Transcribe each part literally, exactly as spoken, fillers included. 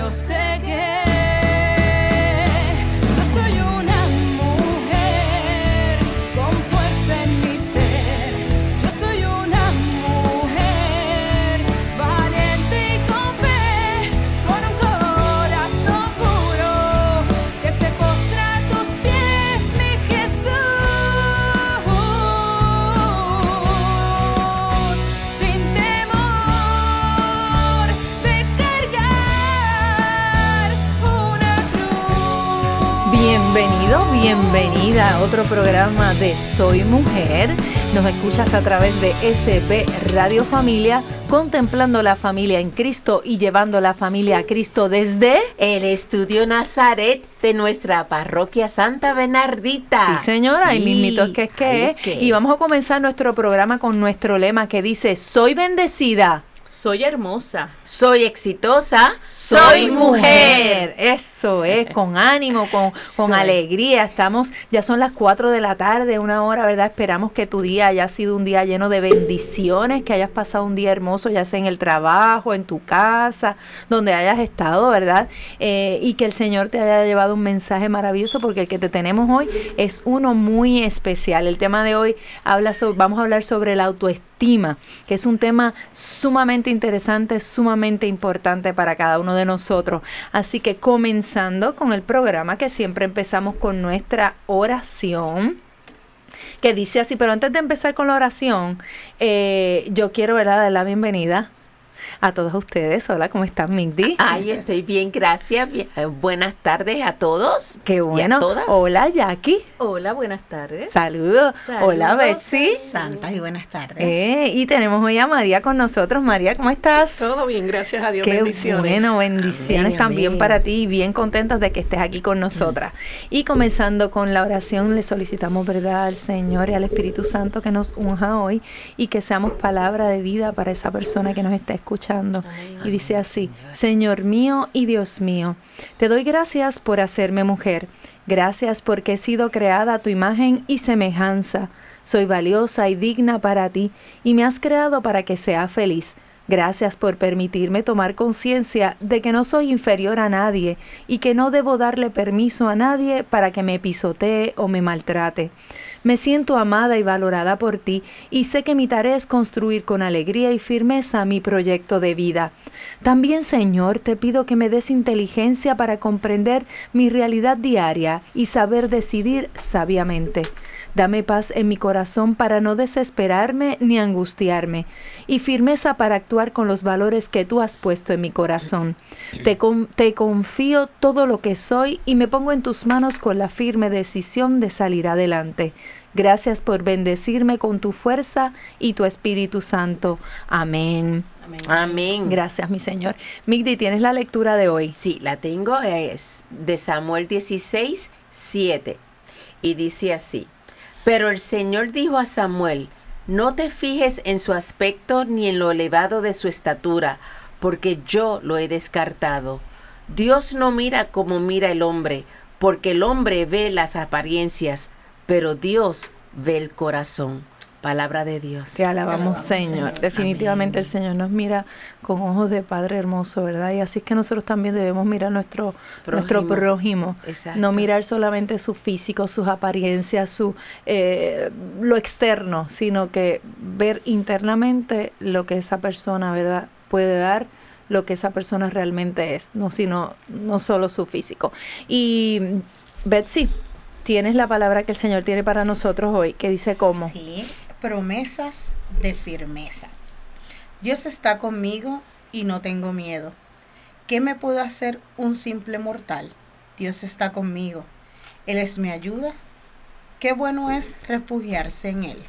yo sé que yo soy una mujer con fuerza en mi ser. Yo soy una mujer valiente y con fe, con un corazón puro que se postra a tus pies, mi Jesús, sin temor de cargar una cruz. Bienvenido, bienvenida a otro programa de Soy Mujer. Nos escuchas a través de S B Radio Familia, contemplando la familia en Cristo y llevando la familia a Cristo desde el Estudio Nazaret de nuestra parroquia Santa Bernardita. Sí, señora, Sí. y mismito es que es que Ay, es. es que. Y vamos a comenzar nuestro programa con nuestro lema que dice: soy bendecida. Soy hermosa. Soy exitosa. Soy mujer. Eso es, con ánimo, con, con Sí. alegría. Estamos, ya son las cuatro de la tarde, una hora, ¿verdad? Esperamos que tu día haya sido un día lleno de bendiciones, que hayas pasado un día hermoso, ya sea en el trabajo, en tu casa, donde hayas estado, ¿verdad? Eh, y que el Señor te haya llevado un mensaje maravilloso, porque el que te tenemos hoy es uno muy especial. El tema de hoy habla sobre, vamos a hablar sobre la autoestima, que es un tema sumamente interesante, sumamente importante para cada uno de nosotros. Así que comenzando con el programa, que siempre empezamos con nuestra oración, que dice así. Pero antes de empezar con la oración, eh, yo quiero, ¿verdad?, dar la bienvenida a todos ustedes. Hola, ¿cómo estás, Mindy? Ay, estoy bien, gracias. Bien, eh, buenas tardes a todos. Qué bueno. Y a todas. Hola, Jackie. Hola, buenas tardes. Saludos. Saludos. Hola, Betsy. Santas y buenas tardes. Eh, y tenemos hoy a María con nosotros. María, ¿cómo estás? Todo bien, gracias a Dios. Qué bendiciones. bueno, bendiciones Amén, también amén. para ti, y bien contentas de que estés aquí con nosotras. Y comenzando con la oración, le solicitamos, ¿verdad?, al Señor y al Espíritu Santo que nos unja hoy y que seamos palabra de vida para esa persona que nos está escuchando. Y dice así: Señor mío y Dios mío, te doy gracias por hacerme mujer. Gracias porque he sido creada a tu imagen y semejanza. Soy valiosa y digna para ti y me has creado para que sea feliz. Gracias por permitirme tomar conciencia de que no soy inferior a nadie y que no debo darle permiso a nadie para que me pisotee o me maltrate. Me siento amada y valorada por ti y sé que mi tarea es construir con alegría y firmeza mi proyecto de vida. También, Señor, te pido que me des inteligencia para comprender mi realidad diaria y saber decidir sabiamente. Dame paz en mi corazón para no desesperarme ni angustiarme, y firmeza para actuar con los valores que tú has puesto en mi corazón. Te, con, te confío todo lo que soy y me pongo en tus manos con la firme decisión de salir adelante. Gracias por bendecirme con tu fuerza y tu Espíritu Santo. Amén. Amén. Amén. Gracias, mi Señor. Migdi, ¿tienes la lectura de hoy? Sí, la tengo, es de Samuel dieciséis, siete. Y dice así: Pero el Señor dijo a Samuel: No te fijes en su aspecto ni en lo elevado de su estatura, porque yo lo he descartado. Dios no mira como mira el hombre, porque el hombre ve las apariencias, pero Dios ve el corazón. Palabra de Dios. Te alabamos, alabamos, Señor. Señor. Definitivamente Amén. el Señor nos mira con ojos de Padre hermoso, ¿verdad? Y así es que nosotros también debemos mirar nuestro prójimo. Nuestro prójimo. Exacto. No mirar solamente su físico, sus apariencias, su eh, lo externo, sino que ver internamente lo que esa persona, ¿verdad?, puede dar, lo que esa persona realmente es, no sino no solo su físico. Y Betsy, tienes la palabra que el Señor tiene para nosotros hoy, que dice cómo. Sí, promesas de firmeza. Dios está conmigo y no tengo miedo. ¿Qué me puede hacer un simple mortal? Dios está conmigo. Él es mi ayuda. Qué bueno es refugiarse en Él.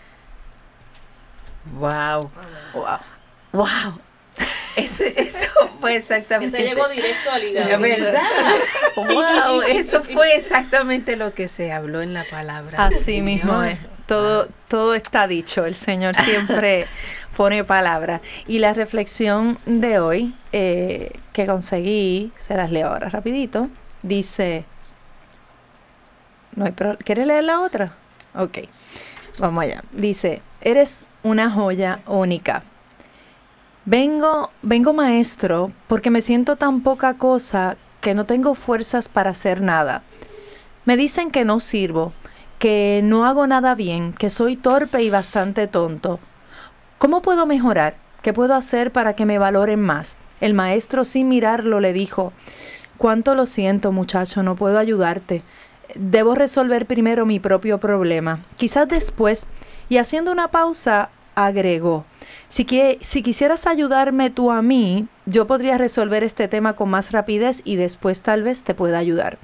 Wow. Wow. Wow. Ese, eso fue exactamente. Ese llegó directo al hígado. ¿De verdad? Wow, eso fue exactamente lo que se habló en la palabra. Así mismo es. Todo, todo está dicho. El Señor siempre pone palabra. Y la reflexión de hoy eh, que conseguí, se las leo ahora rapidito, dice... No hay pro- ¿Quieres leer la otra? Ok, vamos allá. Dice: eres una joya única. Vengo, vengo maestro, porque me siento tan poca cosa que no tengo fuerzas para hacer nada. Me dicen que no sirvo, que no hago nada bien, que soy torpe y bastante tonto. ¿Cómo puedo mejorar? ¿Qué puedo hacer para que me valoren más? El maestro, sin mirarlo, le dijo: cuánto lo siento, muchacho, no puedo ayudarte. Debo resolver primero mi propio problema. Quizás después, y haciendo una pausa, agregó: si, qui- si quisieras ayudarme tú a mí, yo podría resolver este tema con más rapidez y después tal vez te pueda ayudar.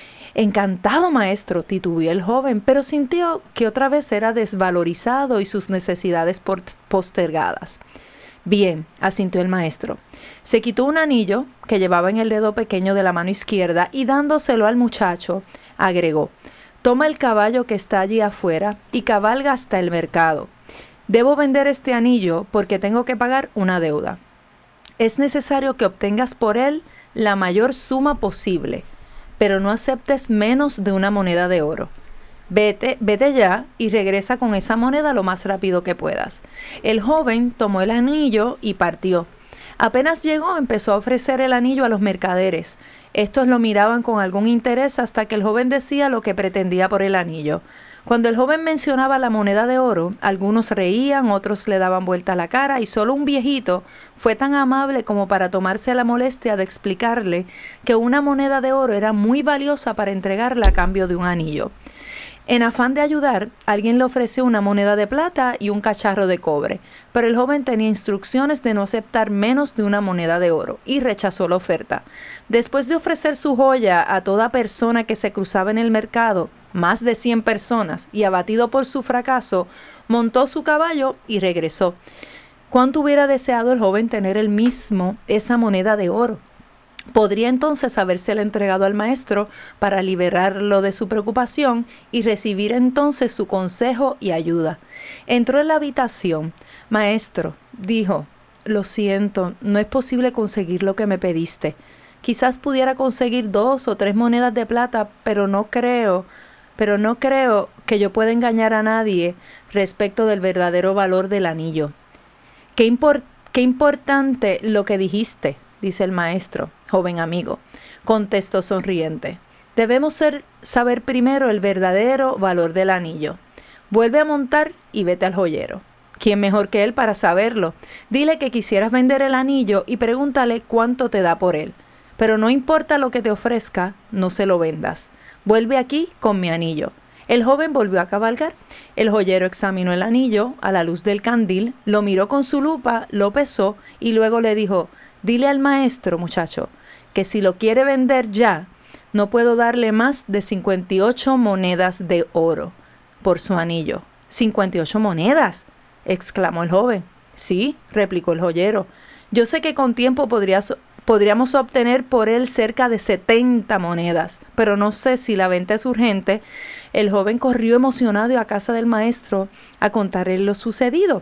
Encantado, maestro, titubeó el joven, pero sintió que otra vez era desvalorizado y sus necesidades por- postergadas. Bien, asintió el maestro. Se quitó un anillo que llevaba en el dedo pequeño de la mano izquierda y dándoselo al muchacho, agregó: toma el caballo que está allí afuera y cabalga hasta el mercado. Debo vender este anillo porque tengo que pagar una deuda. Es necesario que obtengas por él la mayor suma posible, pero no aceptes menos de una moneda de oro. Vete, vete ya y regresa con esa moneda lo más rápido que puedas. El joven tomó el anillo y partió. Apenas llegó, empezó a ofrecer el anillo a los mercaderes. Estos lo miraban con algún interés hasta que el joven decía lo que pretendía por el anillo. Cuando el joven mencionaba la moneda de oro, algunos reían, otros le daban vuelta a la cara y solo un viejito fue tan amable como para tomarse la molestia de explicarle que una moneda de oro era muy valiosa para entregarla a cambio de un anillo. En afán de ayudar, alguien le ofreció una moneda de plata y un cacharro de cobre, pero el joven tenía instrucciones de no aceptar menos de una moneda de oro y rechazó la oferta. Después de ofrecer su joya a toda persona que se cruzaba en el mercado, más de cien personas, y abatido por su fracaso, montó su caballo y regresó. ¿Cuánto hubiera deseado el joven tener él mismo esa moneda de oro? Podría entonces habérsela entregado al maestro para liberarlo de su preocupación y recibir entonces su consejo y ayuda. Entró en la habitación. Maestro, dijo, lo siento, no es posible conseguir lo que me pediste. Quizás pudiera conseguir dos o tres monedas de plata, pero no creo, pero no creo que yo pueda engañar a nadie respecto del verdadero valor del anillo. Qué, impor- qué importante lo que dijiste, dice el maestro. Joven amigo, contestó sonriente. Debemos ser, saber primero el verdadero valor del anillo. Vuelve a montar y vete al joyero. ¿Quién mejor que él para saberlo? Dile que quisieras vender el anillo y pregúntale cuánto te da por él. Pero no importa lo que te ofrezca, no se lo vendas. Vuelve aquí con mi anillo. El joven volvió a cabalgar. El joyero examinó el anillo a la luz del candil, lo miró con su lupa, lo pesó y luego le dijo: dile al maestro, muchacho, que si lo quiere vender ya, no puedo darle más de cincuenta y ocho monedas de oro por su anillo. ¿cincuenta y ocho monedas? Exclamó el joven. Sí, replicó el joyero. Yo sé que con tiempo podrías, podríamos obtener por él cerca de setenta monedas, pero no sé si la venta es urgente. El joven corrió emocionado a casa del maestro a contarle lo sucedido.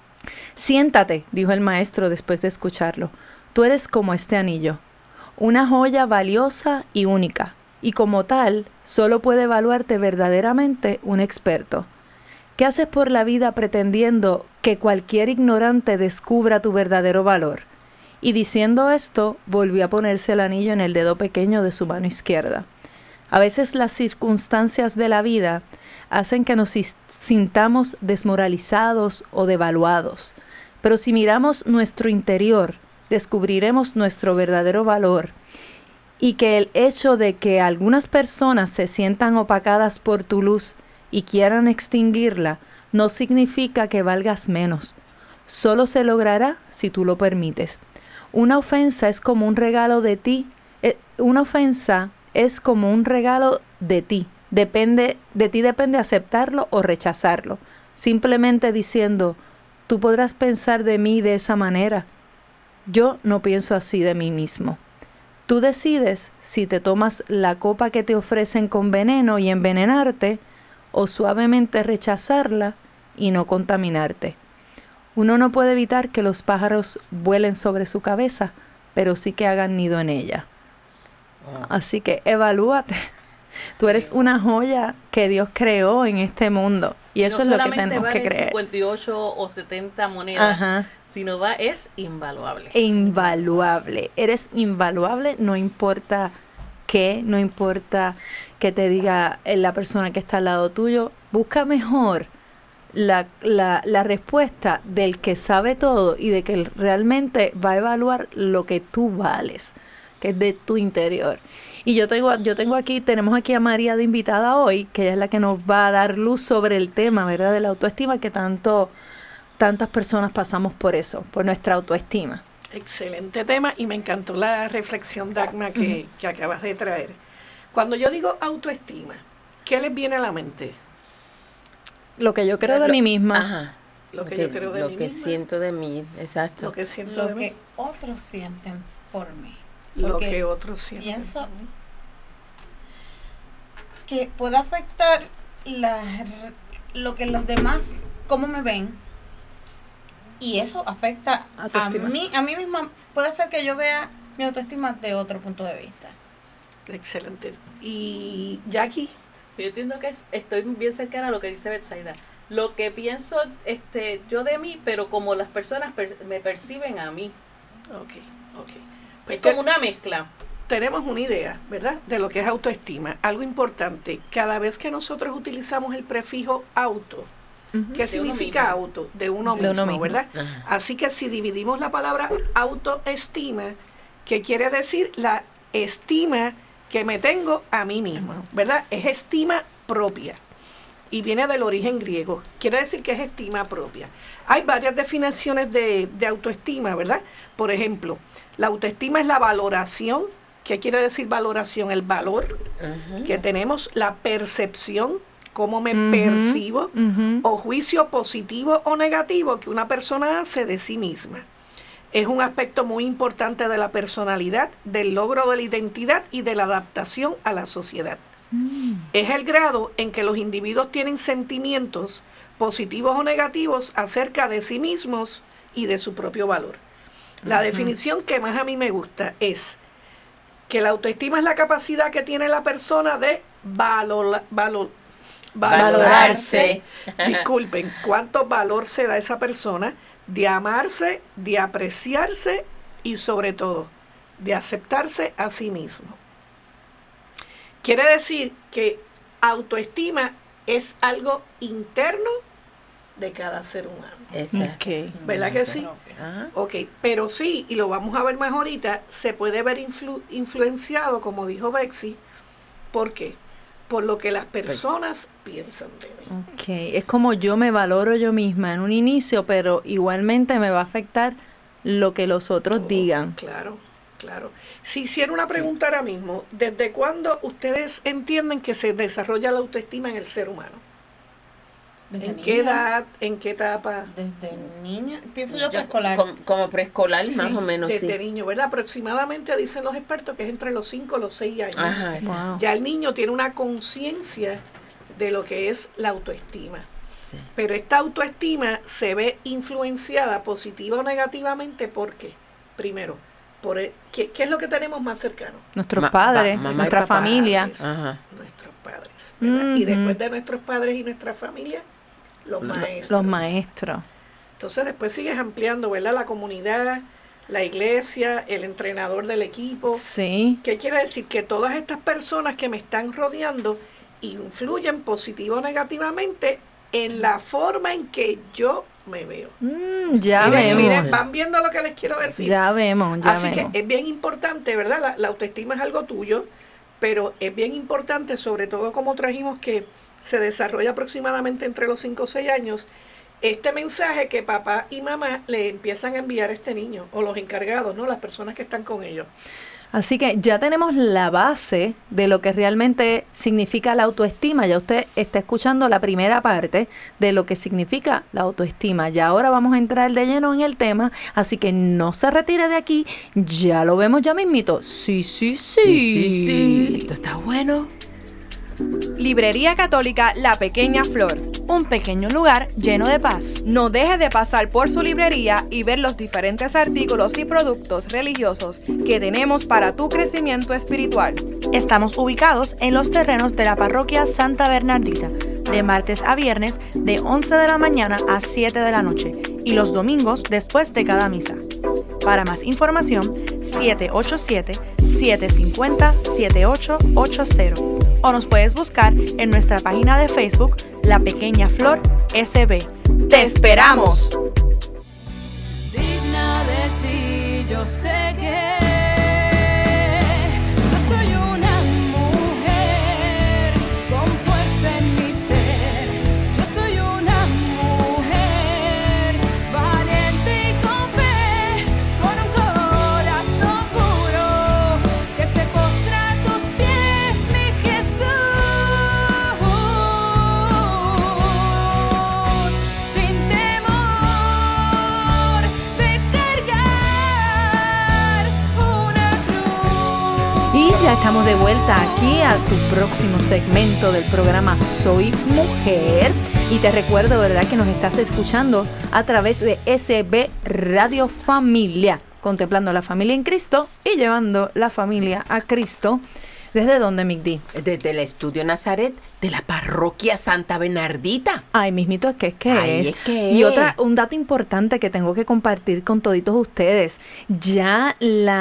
Siéntate, dijo el maestro después de escucharlo. Tú eres como este anillo, una joya valiosa y única, y como tal, solo puede evaluarte verdaderamente un experto. ¿Qué haces por la vida pretendiendo que cualquier ignorante descubra tu verdadero valor? Y diciendo esto, volvió a ponerse el anillo en el dedo pequeño de su mano izquierda. A veces las circunstancias de la vida hacen que nos sintamos desmoralizados o devaluados, pero si miramos nuestro interior, descubriremos nuestro verdadero valor y que el hecho de que algunas personas se sientan opacadas por tu luz y quieran extinguirla no significa que valgas menos. Solo se logrará si tú lo permites. Una ofensa es como un regalo de ti. Eh, una ofensa es como un regalo de ti. Depende, de ti depende aceptarlo o rechazarlo. Simplemente diciendo, tú podrás pensar de mí de esa manera. Yo no pienso así de mí mismo. Tú decides si te tomas la copa que te ofrecen con veneno y envenenarte, o suavemente rechazarla y no contaminarte. Uno no puede evitar que los pájaros vuelen sobre su cabeza, pero sí que hagan nido en ella. Así que evalúate. Tú eres una joya que Dios creó en este mundo. Y eso no es lo que solamente tenemos vale que creer. cincuenta y ocho o setenta monedas, Ajá. sino va, es invaluable. Invaluable. Eres invaluable, no importa qué, no importa que te diga eh, la persona que está al lado tuyo. Busca mejor la, la, la respuesta del que sabe todo y de que realmente va a evaluar lo que tú vales, que es de tu interior. Y yo tengo, yo tengo aquí, tenemos aquí a María de invitada hoy, que ella es la que nos va a dar luz sobre el tema, ¿verdad? De la autoestima, que tanto, tantas personas pasamos por eso, por nuestra autoestima. Excelente tema y me encantó la reflexión, Dagma, que, uh-huh. que acabas de traer. Cuando yo digo autoestima, ¿qué les viene a la mente? Lo que yo creo de lo, mí misma. Ajá. Lo que, lo yo creo de lo mí que misma. siento de mí, exacto. Lo que siento Lo de que mí. otros sienten por mí. Lo Porque que otros sienten. Pienso que puede afectar la, lo que los demás, cómo me ven, y eso afecta a, a mí, a mí misma. Puede ser que yo vea mi autoestima de otro punto de vista. Excelente. Y Jackie. Yo entiendo que es, estoy bien cercana a lo que dice Betsaida. Lo que pienso este yo de mí, pero como las personas per, me perciben a mí. Ok, ok. Pues es como una mezcla. Tenemos una idea, ¿verdad?, de lo que es autoestima. Algo importante, cada vez que nosotros utilizamos el prefijo auto, uh-huh. ¿qué de significa auto? De uno mismo, de uno mismo. ¿Verdad? Uh-huh. Así que si dividimos la palabra autoestima, ¿qué quiere decir? La estima que me tengo a mí mismo, ¿verdad? Es estima propia y viene del origen griego. Quiere decir que es estima propia. Hay varias definiciones de, de autoestima, ¿verdad? Por ejemplo, la autoestima es la valoración. ¿Qué quiere decir valoración? El valor uh-huh. que tenemos, la percepción, cómo me uh-huh. percibo, uh-huh. o juicio positivo o negativo que una persona hace de sí misma. Es un aspecto muy importante de la personalidad, del logro de la identidad y de la adaptación a la sociedad. Mm. Es el grado en que los individuos tienen sentimientos positivos o negativos acerca de sí mismos y de su propio valor. La uh-huh. definición que más a mí me gusta es que la autoestima es la capacidad que tiene la persona de valor, valor, valorarse. Disculpen, cuánto valor se da a esa persona, de amarse, de apreciarse y sobre todo de aceptarse a sí mismo. Quiere decir que autoestima es algo interno de cada ser humano. Exacto. Okay. ¿Verdad que sí? Ajá. Ok, pero sí, y lo vamos a ver más ahorita, se puede ver influ- influenciado, como dijo Bexy. ¿Por qué? Por lo que las personas pues, piensan de mí. Ok, es como yo me valoro yo misma en un inicio, pero igualmente me va a afectar lo que los otros oh, digan. Claro, claro. Si hiciera una pregunta sí. ahora mismo, ¿desde cuándo ustedes entienden que se desarrolla la autoestima en el ser humano? Desde ¿En niña. qué edad? ¿En qué etapa? Desde niña. Pienso yo preescolar. Como, como preescolar, sí, más o menos, desde sí. niño, ¿verdad? Aproximadamente dicen los expertos que es entre los cinco y los seis años. Ajá, wow. Ya el niño tiene una conciencia de lo que es la autoestima. Sí. Pero esta autoestima se ve influenciada positiva o negativamente porque, primero, por el, ¿qué, ¿qué es lo que tenemos más cercano? Nuestros Ma, padres, pa, nuestra familia. Ajá. Nuestros padres. Uh-huh. Y después de nuestros padres y nuestra familia, los maestros. Los maestros. Entonces después sigues ampliando, ¿verdad? La comunidad, la iglesia, el entrenador del equipo. Sí. ¿Qué quiere decir? Que todas estas personas que me están rodeando influyen positivo o negativamente en la forma en que yo me veo. Mm, ya miren, vemos. Miren, van viendo lo que les quiero decir. Ya vemos, ya Así vemos. que es bien importante, ¿verdad? La, la autoestima es algo tuyo, pero es bien importante, sobre todo como trajimos que se desarrolla aproximadamente entre los cinco o seis años, este mensaje que papá y mamá le empiezan a enviar a este niño, o los encargados, ¿no? Las personas que están con ellos. Así que ya tenemos la base de lo que realmente significa la autoestima. Ya usted está escuchando la primera parte de lo que significa la autoestima. Ya ahora vamos a entrar de lleno en el tema, así que no se retire de aquí. Ya lo vemos ya mismito. Sí, sí, sí. Sí, sí, sí. Esto está bueno. Librería Católica La Pequeña Flor. Un pequeño lugar lleno de paz. No deje de pasar por su librería y ver los diferentes artículos y productos religiosos que tenemos para tu crecimiento espiritual. Estamos ubicados en los terrenos de la parroquia Santa Bernardita, de martes a viernes de once de la mañana a siete de la noche y los domingos después de cada misa. Para más información, siete ocho siete, siete cinco cero, siete ocho ocho cero o nos puedes buscar en nuestra página de Facebook La Pequeña Flor S B. ¡Te esperamos! Digna de ti, yo sé que yo soy una mujer con fuerza en mi ser. Yo soy una mujer valiente y con fe, con un corazón puro que se postra a tus pies, mi Jesús, sin temor de cargar una cruz. Y ya estamos de vuelta aquí a tu próximo segmento del programa Soy Mujer. Y te recuerdo, ¿verdad?, que nos estás escuchando a través de S B Radio Familia, contemplando la familia en Cristo y llevando la familia a Cristo. ¿Desde dónde, Migdi? Desde el Estudio Nazaret de la parroquia Santa Bernardita. Ay, mismito, es que es que Ay, es. es que Y es. otra, un dato importante que tengo que compartir con toditos ustedes. Ya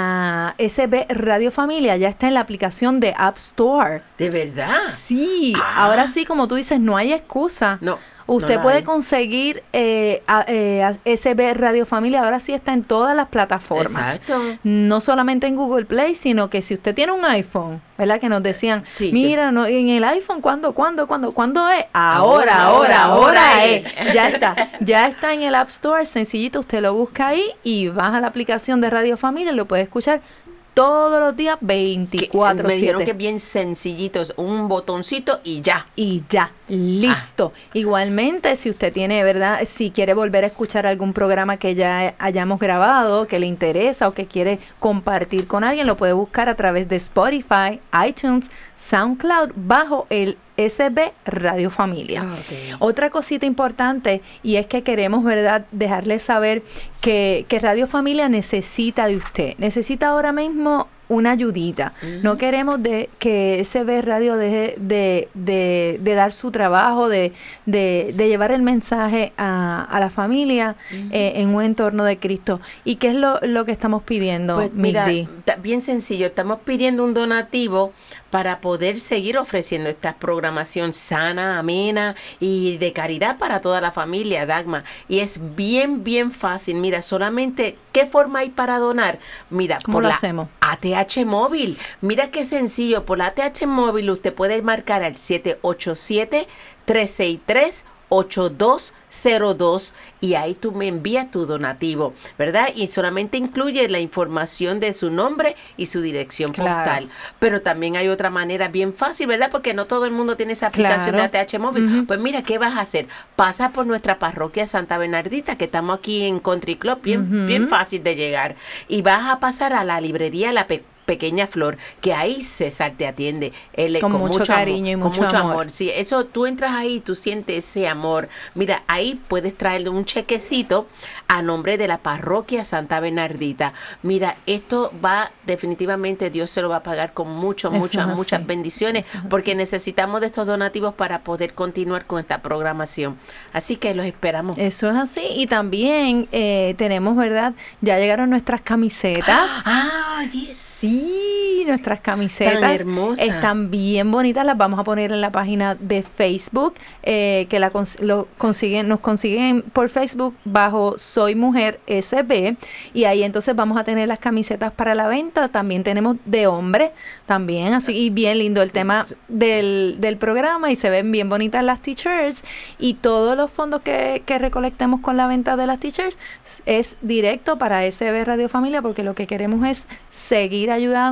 la S B Radio Familia ya está en la aplicación de App Store. ¿De verdad? Sí, Ah. ahora sí, como tú dices, no hay excusa. No. Usted no la puede hay. conseguir eh, a- eh, a S B Radio Familia, ahora sí está en todas las plataformas. Exacto. No solamente en Google Play, sino que si usted tiene un iPhone, ¿verdad? Que nos decían, Sí, mira, no, en el iPhone, ¿cuándo, cuándo, cuándo, cuándo es? Ahora, Ahora, ahora, ahora ahora es. es. Ya está, ya está en el App Store, sencillito, usted lo busca ahí y baja la aplicación de Radio Familia y lo puede escuchar todos los días Que, veinticuatro me dijeron que siete. bien sencillitos, un botoncito y ya. Y ya, listo. Igualmente, si usted tiene, ¿verdad? Si quiere volver a escuchar algún programa que ya hayamos grabado, que le interesa o que quiere compartir con alguien, lo puede buscar a través de Spotify, iTunes, SoundCloud, bajo el S B Radio Familia. Ok. Otra cosita importante, y es que queremos, ¿verdad?, dejarles saber que, que Radio Familia necesita de usted. Necesita ahora mismo una ayudita. No queremos de que S B Radio deje de, de, de dar su trabajo, de, de, de llevar el mensaje a, a la familia eh, en un entorno de Cristo. ¿Y qué es lo, lo que estamos pidiendo, Pues mira, Migdi? ta- bien sencillo, estamos pidiendo un donativo para poder seguir ofreciendo esta programación sana, amena y de caridad para toda la familia, Dagma. Y es bien, bien fácil. Mira, solamente, ¿qué forma hay para donar? Mira, ¿Cómo por lo la hacemos? A T H móvil. Mira qué sencillo. Por la A T H móvil usted puede marcar al siete ocho siete, tres seis tres, ocho dos cero dos y ahí tú me envías tu donativo, ¿verdad? Y solamente incluye la información de su nombre y su dirección Claro. postal. Pero también hay otra manera bien fácil, ¿verdad? Porque no todo el mundo tiene esa aplicación Claro. de A T H móvil. Ujú. Pues mira, ¿qué vas a hacer? Pasa por nuestra parroquia Santa Bernardita, que estamos aquí en Country Club, bien, Ujú. bien fácil de llegar. Y vas a pasar a la librería La Pe- Pequeña Flor, que ahí César te atiende. Él, Con mucho cariño y amor, mucho con mucho amor. amor. Sí, eso tú entras ahí, tú sientes ese amor. Mira, ahí puedes traerle un chequecito a nombre de la parroquia Santa Bernardita. Mira, esto va definitivamente, Dios se lo va a pagar con mucho, Eso muchas, es así. muchas bendiciones, Eso es porque así. necesitamos de estos donativos para poder continuar con esta programación. Así que los esperamos. Eso es así. Y también eh, tenemos, ¿verdad? Ya llegaron nuestras camisetas. Ah, yes. Sí, nuestras camisetas Tan hermosas. están bien bonitas. Las vamos a poner en la página de Facebook, eh, que la cons- lo consiguen, nos consiguen por Facebook bajo Soy Mujer S B. Y ahí entonces vamos a tener las camisetas para la venta. También tenemos de hombre, también. Así, y bien lindo el tema del, del programa. Y se ven bien bonitas las t-shirts. Y todos los fondos que, que recolectemos con la venta de las t-shirts es directo para S B Radio Familia, porque lo que queremos es seguir ayudando,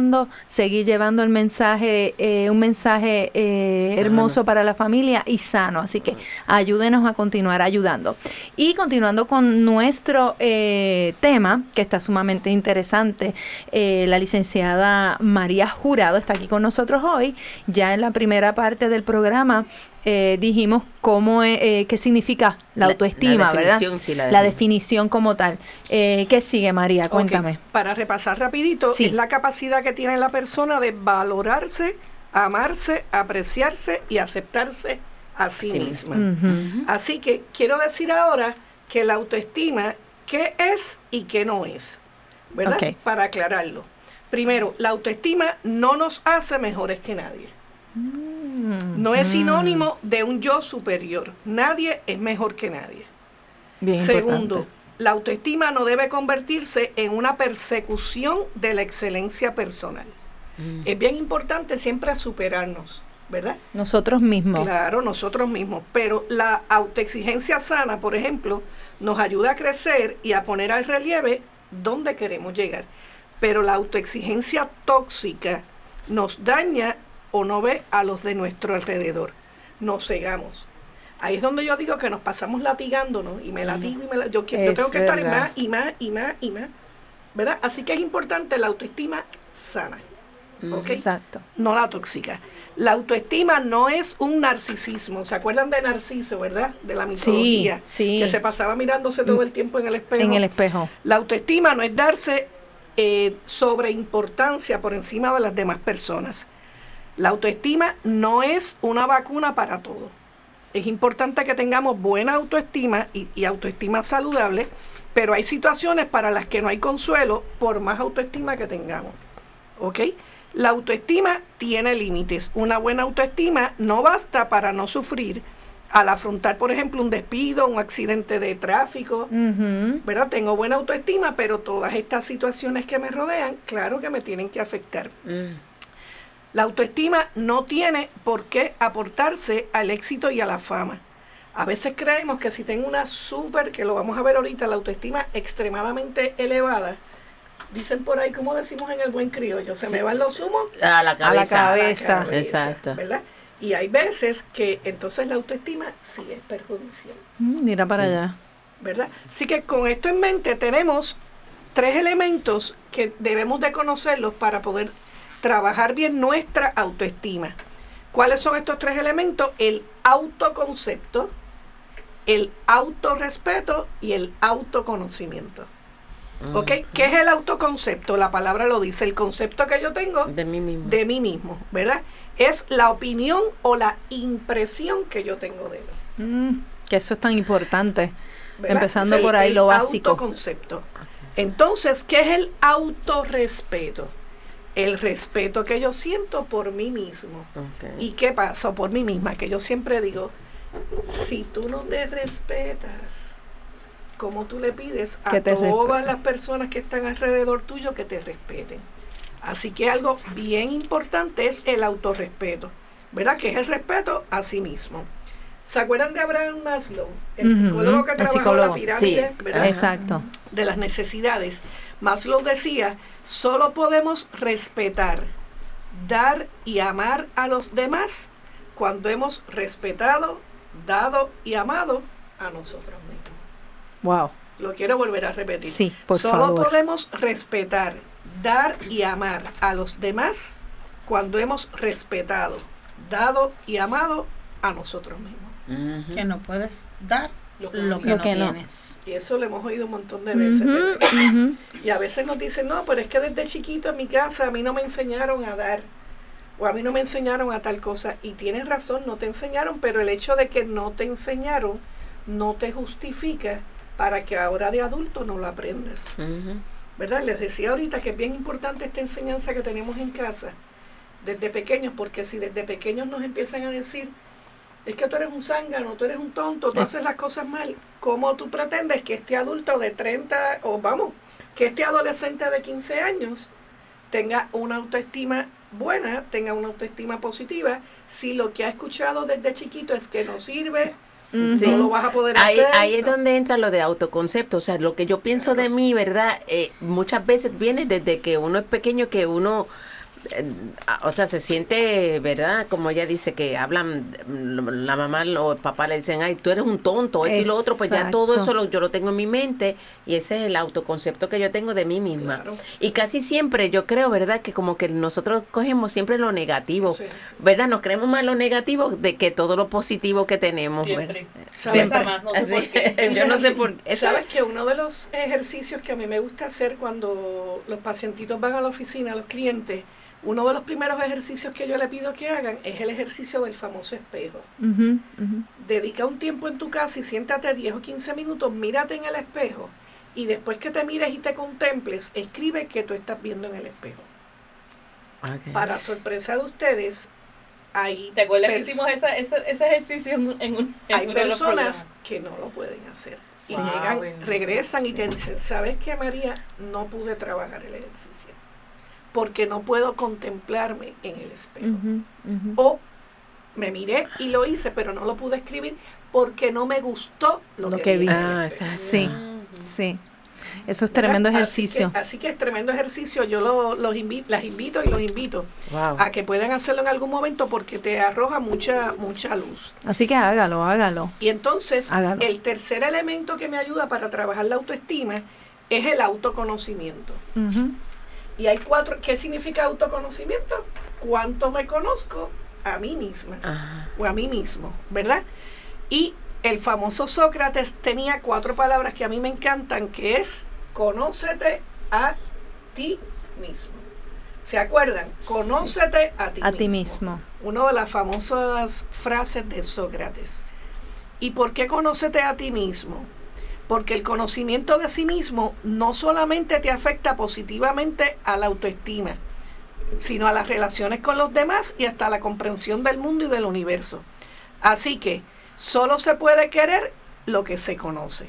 seguir llevando el mensaje, eh, un mensaje eh, hermoso para la familia y sano. Así que ayúdenos a continuar ayudando. Y continuando con nuestro eh, tema, que está sumamente interesante, eh, la licenciada María Jurado está aquí con nosotros hoy. Ya en la primera parte del programa Eh, dijimos cómo eh, qué significa la, la autoestima, la ¿verdad? Sí, la, la definición como tal. Eh, ¿Qué sigue, María? Cuéntame. Okay. Para repasar rapidito, sí. Es la capacidad que tiene la persona de valorarse, amarse, apreciarse y aceptarse a sí, sí misma. Uh-huh. Así que quiero decir ahora que la autoestima, ¿qué es y qué no es? ¿Verdad? Okay. Para aclararlo. Primero, la autoestima no nos hace mejores que nadie. No es sinónimo de un yo superior. Nadie es mejor que nadie. Bien Segundo, importante. La autoestima no debe convertirse en una persecución de la excelencia personal. Mm. Es bien importante siempre superarnos, ¿verdad? Nosotros mismos. Claro, nosotros mismos. Pero la autoexigencia sana, por ejemplo, nos ayuda a crecer y a poner al relieve dónde queremos llegar. Pero la autoexigencia tóxica nos daña o no ve a los de nuestro alrededor. Nos cegamos. Ahí es donde yo digo que nos pasamos latigándonos y me latigo y me la, yo, yo tengo que verdad. estar en más y más y más y más, ¿verdad? Así que es importante la autoestima sana, ¿okay? Exacto. No la tóxica. La autoestima no es un narcisismo. ¿Se acuerdan de Narciso, verdad? De la mitología. Sí, sí. Que se pasaba mirándose todo el tiempo en el espejo. En el espejo. La autoestima no es darse eh, sobreimportancia por encima de las demás personas. La autoestima no es una vacuna para todo. Es importante que tengamos buena autoestima y, y autoestima saludable, pero hay situaciones para las que no hay consuelo por más autoestima que tengamos. ¿Ok? La autoestima tiene límites. Una buena autoestima no basta para no sufrir al afrontar, por ejemplo, un despido, un accidente de tráfico. Uh-huh. ¿Verdad? Tengo buena autoestima, pero todas estas situaciones que me rodean, claro que me tienen que afectar. Uh. La autoestima no tiene por qué aportarse al éxito y a la fama. A veces creemos que si tengo una súper, que lo vamos a ver ahorita, la autoestima extremadamente elevada, dicen por ahí, como decimos en el buen criollo, se sí. me van los humos a la cabeza. A la cabeza. A la cabeza, exacto. ¿Verdad? Y hay veces que entonces la autoestima sí es perjudicial. Mm, mira para sí. allá. ¿Verdad? Así que con esto en mente tenemos tres elementos que debemos de conocerlos para poder trabajar bien nuestra autoestima. ¿Cuáles son estos tres elementos? El autoconcepto, el autorrespeto y el autoconocimiento. Mm. ¿Ok? ¿Qué es el autoconcepto? La palabra lo dice, el concepto que yo tengo de mí mismo, de mí mismo, ¿verdad? Es la opinión o la impresión que yo tengo de mí. Mm, que eso es tan importante. ¿Verdad? Empezando por ahí lo básico. Autoconcepto. Entonces, ¿qué es el autorrespeto? El respeto que yo siento por mí mismo. Okay. ¿Y qué pasa? Por mí misma, que yo siempre digo, si tú no te respetas, ¿cómo tú le pides a todas respeten? Las personas que están alrededor tuyo que te respeten? Así que algo bien importante es el autorrespeto, ¿verdad? Que es el respeto a sí mismo. ¿Se acuerdan de Abraham Maslow? El uh-huh. psicólogo que trabajó psicólogo. la pirámide, sí. ¿verdad? Exacto. De las necesidades. Maslow decía, solo podemos respetar, dar y amar a los demás cuando hemos respetado, dado y amado a nosotros mismos. Wow. Lo quiero volver a repetir. Sí, por solo favor. podemos respetar, dar y amar a los demás cuando hemos respetado, dado y amado a nosotros mismos. Uh-huh. Que no puedes dar lo que, lo que, no, no que tienes. No. Y eso lo hemos oído un montón de veces. Uh-huh, uh-huh. Y a veces nos dicen, no, pero es que desde chiquito en mi casa a mí no me enseñaron a dar, o a mí no me enseñaron a tal cosa. Y tienes razón, no te enseñaron, pero el hecho de que no te enseñaron no te justifica para que ahora de adulto no lo aprendas. Uh-huh. ¿Verdad? Les decía ahorita que es bien importante esta enseñanza que tenemos en casa, desde pequeños, porque si desde pequeños nos empiezan a decir, es que tú eres un zángano, tú eres un tonto, tú haces las cosas mal, ¿cómo tú pretendes que este adulto de treinta, o vamos, que este adolescente de quince años tenga una autoestima buena, tenga una autoestima positiva, si lo que ha escuchado desde chiquito es que no sirve, sí. no lo vas a poder ahí, hacer? Ahí ¿no? es donde entra lo de autoconcepto, o sea, lo que yo pienso claro. de mí, ¿verdad? Eh, muchas veces viene desde que uno es pequeño, que uno eh, o sea, se siente, ¿verdad? Como ella dice, que hablan, la mamá o el papá le dicen, ay, tú eres un tonto, esto y lo otro, pues ya todo eso lo, yo lo tengo en mi mente y ese es el autoconcepto que yo tengo de mí misma. Claro. Y casi siempre yo creo, ¿verdad? Que como que nosotros cogemos siempre lo negativo, sí, sí. ¿verdad? Nos creemos más lo negativo de que todo lo positivo que tenemos. Siempre. Siempre. Más, no sé por qué. Yo no sé por qué. ¿Sabes que uno de los ejercicios que a mí me gusta hacer cuando los pacientitos van a la oficina, los clientes, uno de los primeros ejercicios que yo le pido que hagan es el ejercicio del famoso espejo. Uh-huh, uh-huh. Dedica un tiempo en tu casa y siéntate diez o quince minutos, mírate en el espejo y después que te mires y te contemples, escribe qué tú estás viendo en el espejo. Okay. Para sorpresa de ustedes, hay ¿te acuerdas que hicimos esa, esa, ese ejercicio en un, en un en hay personas que no lo pueden hacer y wow, llegan, bueno, regresan sí. y te dicen, ¿sabes qué, María? No pude trabajar el ejercicio porque no puedo contemplarme en el espejo. Uh-huh, uh-huh. O me miré y lo hice, pero no lo pude escribir porque no me gustó lo, lo que, que vi. Ah, sí, sí. Eso es tremendo ¿verdad? ejercicio. Así que, así que es tremendo ejercicio. Yo lo, los invito, las invito y los invito wow. a que puedan hacerlo en algún momento porque te arroja mucha mucha luz. Así que hágalo, hágalo. Y entonces, hágalo. El tercer elemento que me ayuda para trabajar la autoestima es el autoconocimiento. Uh-huh. Y hay cuatro. ¿Qué significa autoconocimiento? ¿Cuánto me conozco a mí misma? Uh-huh. O a mí mismo, ¿verdad? Y el famoso Sócrates tenía cuatro palabras que a mí me encantan, que es conócete a ti mismo. ¿Se acuerdan? Conócete a ti a mismo. ti mismo. Una de las famosas frases de Sócrates. ¿Y por qué conócete a ti mismo? Porque el conocimiento de sí mismo no solamente te afecta positivamente a la autoestima, sino a las relaciones con los demás y hasta la comprensión del mundo y del universo. Así que solo se puede querer lo que se conoce.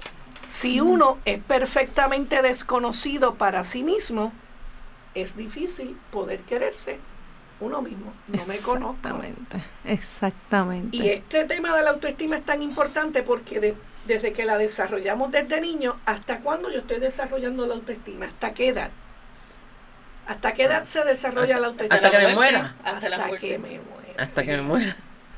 Si uno es perfectamente desconocido para sí mismo, es difícil poder quererse uno mismo. No me conozco. Exactamente, exactamente. Y este tema de la autoestima es tan importante porque de, desde que la desarrollamos desde niño, ¿hasta cuándo yo estoy desarrollando la autoestima? ¿Hasta qué edad? ¿Hasta qué edad se desarrolla hasta, la autoestima? Hasta que me muera. Hasta, hasta que me muera. Hasta sí. que me muera.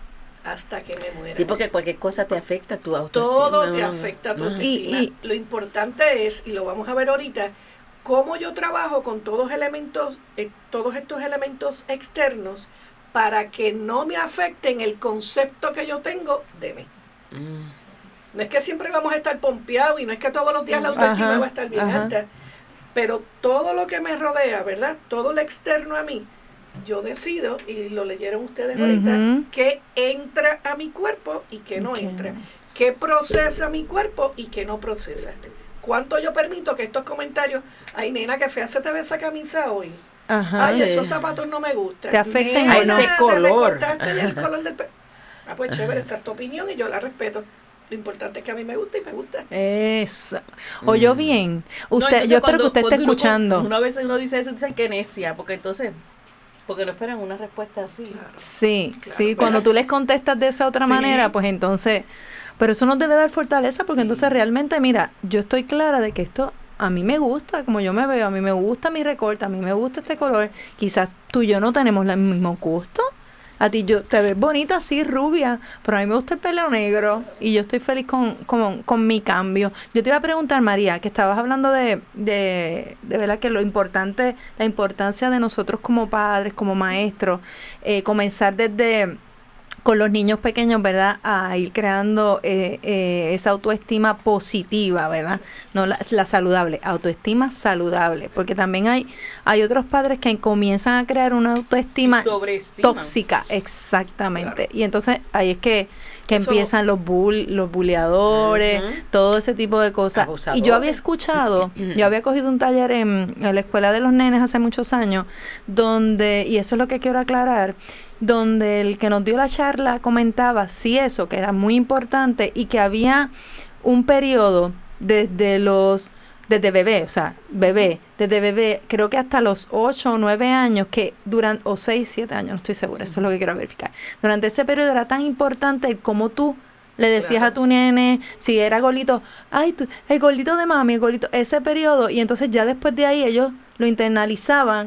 Hasta que me muera. Sí, porque cualquier cosa te afecta a tu autoestima. Todo te afecta a tu autoestima. Y, y lo importante es, y lo vamos a ver ahorita, cómo yo trabajo con todos elementos, eh, todos estos elementos externos para que no me afecten el concepto que yo tengo de mí. Mm. No es que siempre vamos a estar pompeados y no es que todos los días la autoestima ajá, va a estar bien ajá. alta, pero todo lo que me rodea, ¿verdad? Todo lo externo a mí, yo decido, y lo leyeron ustedes uh-huh. ahorita, que entra a mi cuerpo y que no okay. entra. Que procesa mi cuerpo y que no procesa. ¿Cuánto yo permito que estos comentarios, ay nena, qué fea se te ve esa camisa hoy? Ajá, ay, esos zapatos no me gustan. Te afectan a ese color. Te el color del pe- ah, pues chévere, esa es tu opinión y yo la respeto. Lo importante es que a mí me gusta y me gusta. Eso. Oyó bien. Usted, no, yo espero que usted esté escuchando. Uno, una vez uno dice eso, dice que necia, porque entonces... Porque no esperan una respuesta así. Claro. Sí, claro, sí. Cuando tú les contestas de esa otra sí. manera, pues entonces... Pero eso nos debe dar fortaleza, porque sí. entonces realmente, mira, yo estoy clara de que esto a mí me gusta, como yo me veo, a mí me gusta mi recorte, a mí me gusta este color. Quizás tú y yo no tenemos el mismo gusto. A ti yo te ves bonita así, rubia, pero a mí me gusta el pelo negro y yo estoy feliz con, con, con mi cambio. Yo te iba a preguntar, María, que estabas hablando de, de, de verdad que lo importante, la importancia de nosotros como padres, como maestros, eh, comenzar desde con los niños pequeños, ¿verdad? A ir creando eh, eh, esa autoestima positiva, ¿verdad? No la, la saludable, autoestima saludable, porque también hay hay otros padres que comienzan a crear una autoestima tóxica, exactamente. Claro. Y entonces ahí es que, que empiezan los bull, los buleadores, uh-huh. todo ese tipo de cosas. Abusadores. Y yo había escuchado, yo había cogido un taller en, en la escuela de los nenes hace muchos años, donde, y eso es lo que quiero aclarar, donde el que nos dio la charla comentaba, sí, eso, que era muy importante y que había un periodo desde los, desde bebé, o sea, bebé, desde bebé, creo que hasta los ocho o nueve años, que duran, o seis, siete años, no estoy segura, eso es lo que quiero verificar. Durante ese periodo era tan importante como tú le decías claro. a tu nene, si era gordito, ay, tú, el gordito de mami, el gordito, ese periodo, y entonces ya después de ahí ellos lo internalizaban.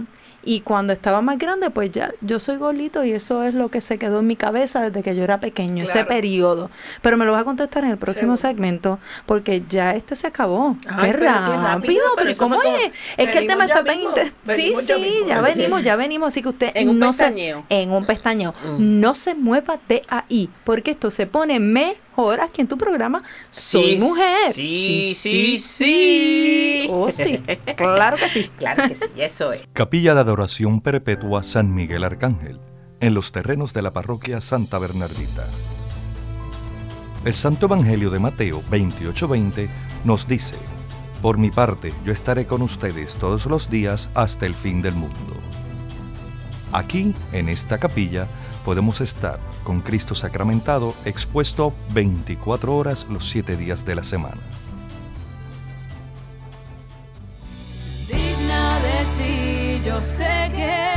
Y cuando estaba más grande, pues ya, yo soy gordito y eso es lo que se quedó en mi cabeza desde que yo era pequeño, claro. ese periodo. Pero me lo vas a contestar en el próximo Seguro. segmento, porque ya este se acabó. Ay, ¡Qué, rápido, qué rápido! ¿Pero cómo es? Como, es que el tema está tan intenso. Sí, sí, ya, mismo, ya venimos, ya venimos. Así que usted en un no pestañeo. se... En un pestañeo. Mm. No se mueva de ahí, porque esto se pone mejor aquí en tu programa Soy sí, Mujer. Sí, sí, sí, sí. Oh, sí. Claro que sí. Claro que sí, eso es. Capilla de Adoración Perpetua San Miguel Arcángel, en los terrenos de la parroquia Santa Bernardita. El Santo Evangelio de Mateo veintiocho veinte nos dice: por mi parte, yo estaré con ustedes todos los días hasta el fin del mundo. Aquí, en esta capilla, podemos estar con Cristo sacramentado expuesto veinticuatro horas los siete días de la semana. Digna de ti, yo sé que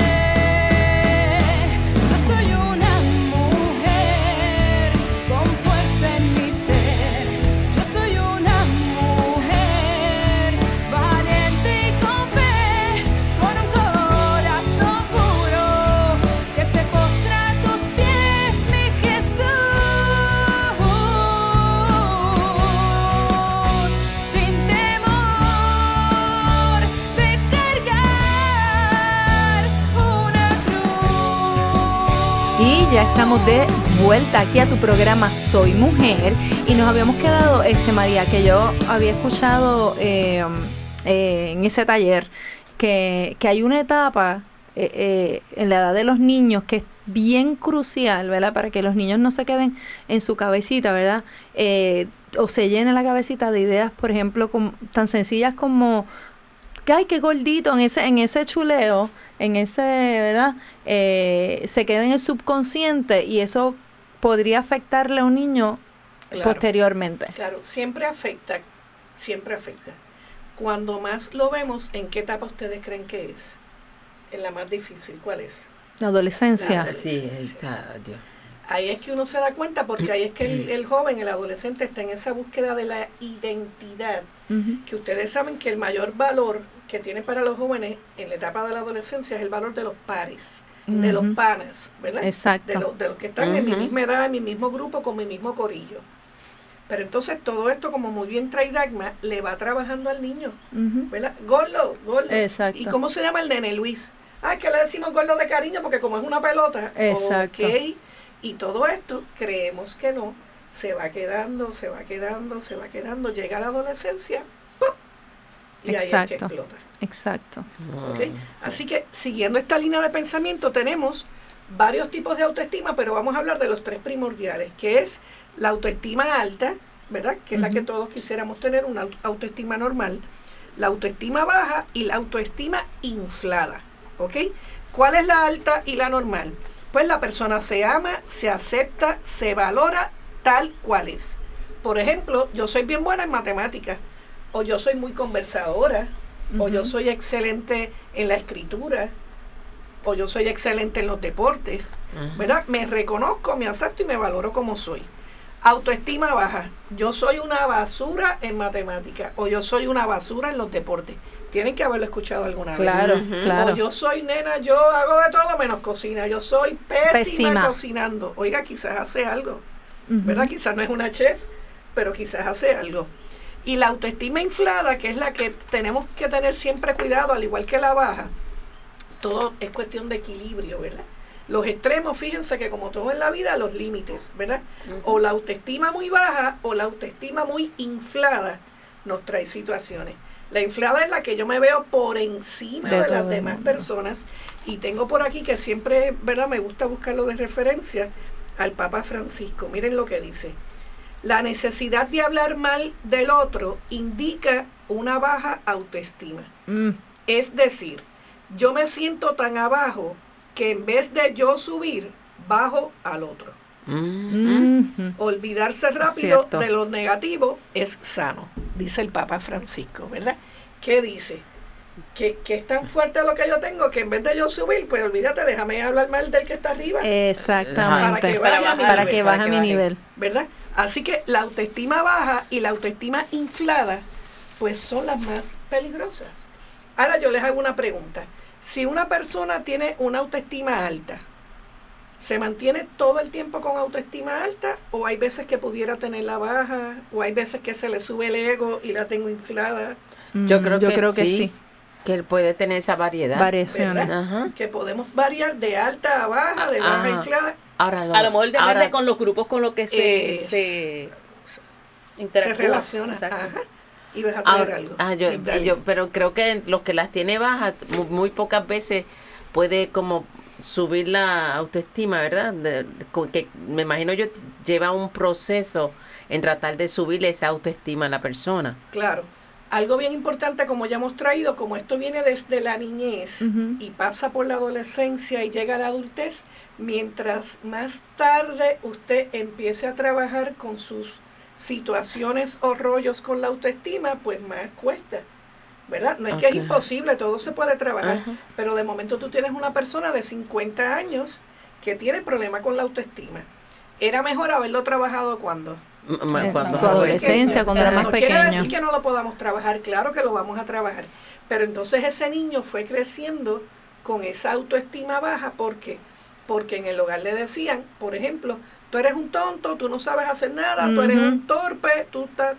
yo soy una mujer con fuerza en mi ser. Yo soy una mujer valiente y con fe, con un corazón puro que se postra a tus pies, mi Jesús, sin temor de cargar una cruz. Y ya estamos de vuelta aquí a tu programa Soy Mujer. Y nos habíamos quedado, este María, que yo había escuchado eh, eh, en ese taller, que, que hay una etapa eh, eh, en la edad de los niños que es bien crucial, ¿verdad? Para que los niños no se queden en su cabecita, ¿verdad? Eh, o se llenen la cabecita de ideas, por ejemplo, como, tan sencillas como que ay, qué gordito, en ese, en ese chuleo, en ese, ¿verdad? Eh, se queda en el subconsciente y eso podría afectarle a un niño Claro. posteriormente. Claro, siempre afecta, siempre afecta. Cuando más lo vemos, ¿en qué etapa ustedes creen que es? En la más difícil, ¿cuál es? La adolescencia. La Sí, adolescencia. exacto. Ahí es que uno se da cuenta, porque ahí es que el, el joven, el adolescente, está en esa búsqueda de la identidad, Uh-huh. que ustedes saben que el mayor valor que tiene para los jóvenes en la etapa de la adolescencia es el valor de los pares, uh-huh. de los panas, ¿verdad? Exacto. De, lo, de los que están uh-huh. en mi misma edad, en mi mismo grupo, con mi mismo corillo. Pero entonces todo esto, como muy bien trae Dagma, le va trabajando al niño, Uh-huh. ¿verdad? Gordo, gordo. Exacto. ¿Y cómo se llama el nene, Luis? Ah, que le decimos gordo de cariño porque como es una pelota. Exacto. Ok. Y todo esto, creemos que no, se va quedando, se va quedando, se va quedando, llega a la adolescencia, ¡pum! Y Exacto. ahí es que explota. Exacto. ¿Okay? Así que, siguiendo esta línea de pensamiento, tenemos varios tipos de autoestima, pero vamos a hablar de los tres primordiales, que es la autoestima alta, ¿verdad? Que es uh-huh. la que todos quisiéramos tener, una autoestima normal, la autoestima baja y la autoestima inflada, ¿ok? ¿Cuál es la alta y la normal? Pues la persona se ama, se acepta, se valora tal cual es. Por ejemplo, yo soy bien buena en matemáticas, o yo soy muy conversadora, uh-huh. o yo soy excelente en la escritura, o yo soy excelente en los deportes, uh-huh. ¿verdad? Me reconozco, me acepto y me valoro como soy. Autoestima baja, yo soy una basura en matemáticas, o yo soy una basura en los deportes. Tienen que haberlo escuchado alguna claro, vez. Uh-huh. Claro. O yo soy nena, yo hago de todo menos cocina. Yo soy pésima, Pésima. cocinando. Oiga, quizás hace algo. Uh-huh. ¿Verdad? Quizás no es una chef, pero quizás hace algo. Y la autoestima inflada, que es la que tenemos que tener siempre cuidado, al igual que la baja, todo es cuestión de equilibrio, ¿verdad? Los extremos, fíjense que como todo en la vida, los límites, ¿verdad? Uh-huh. O la autoestima muy baja o la autoestima muy inflada nos trae situaciones. La inflada es la que yo me veo por encima de, de las demás mundo. personas. Y tengo por aquí que siempre, ¿verdad? Me gusta buscarlo de referencia al Papa Francisco. Miren lo que dice. La necesidad de hablar mal del otro indica una baja autoestima. Mm. Es decir, yo me siento tan abajo que en vez de yo subir, bajo al otro. Mm-hmm. Olvidarse rápido Cierto. de lo negativo es sano, dice el Papa Francisco, ¿verdad? ¿Qué dice? Que, que es tan fuerte lo que yo tengo que en vez de yo subir, pues olvídate, déjame hablar mal del que está arriba. Exactamente. Para que baje para, a mi para nivel, que baje a mi nivel. ¿Verdad? Así que la autoestima baja y la autoestima inflada, pues son las más peligrosas. Ahora yo les hago una pregunta. Si una persona tiene una autoestima alta, ¿se mantiene todo el tiempo con autoestima alta o hay veces que pudiera tenerla baja o hay veces que se le sube el ego y la tengo inflada? Yo creo, Yo que, creo que sí, sí. que él puede tener esa variedad. Variaciones. ¿Verdad? Ajá. Que podemos variar de alta a baja, de baja a Ajá. inflada. Ahora lo, A lo mejor depende ahora, con los grupos con los que se, Eh, se Se interactúa. relaciona. Exacto. Ajá. Y vas a traer ahora- algo. ah, yo, Dale. yo, pero creo que los que las tiene bajas, mu- muy pocas veces puede como subir la autoestima, ¿verdad? De- co- que me imagino yo lleva un proceso en tratar de subirle esa autoestima a la persona. Claro. Algo bien importante, como ya hemos traído, como esto viene desde la niñez Ujú. y pasa por la adolescencia y llega a la adultez, mientras más tarde usted empiece a trabajar con sus situaciones o rollos con la autoestima, pues más cuesta, ¿verdad? No es que es Ok. imposible, todo se puede trabajar, Ajá. pero de momento tú tienes una persona de cincuenta años que tiene problema con la autoestima. Era mejor haberlo trabajado cuando. M- m- En cuando su adolescencia, cuando era más No quiere pequeño. decir que no lo podamos trabajar, claro que lo vamos a trabajar, pero entonces ese niño fue creciendo con esa autoestima baja, ¿por qué? Porque en el hogar le decían, por ejemplo, tú eres un tonto, tú no sabes hacer nada, tú eres Ujú. un torpe, tú estás...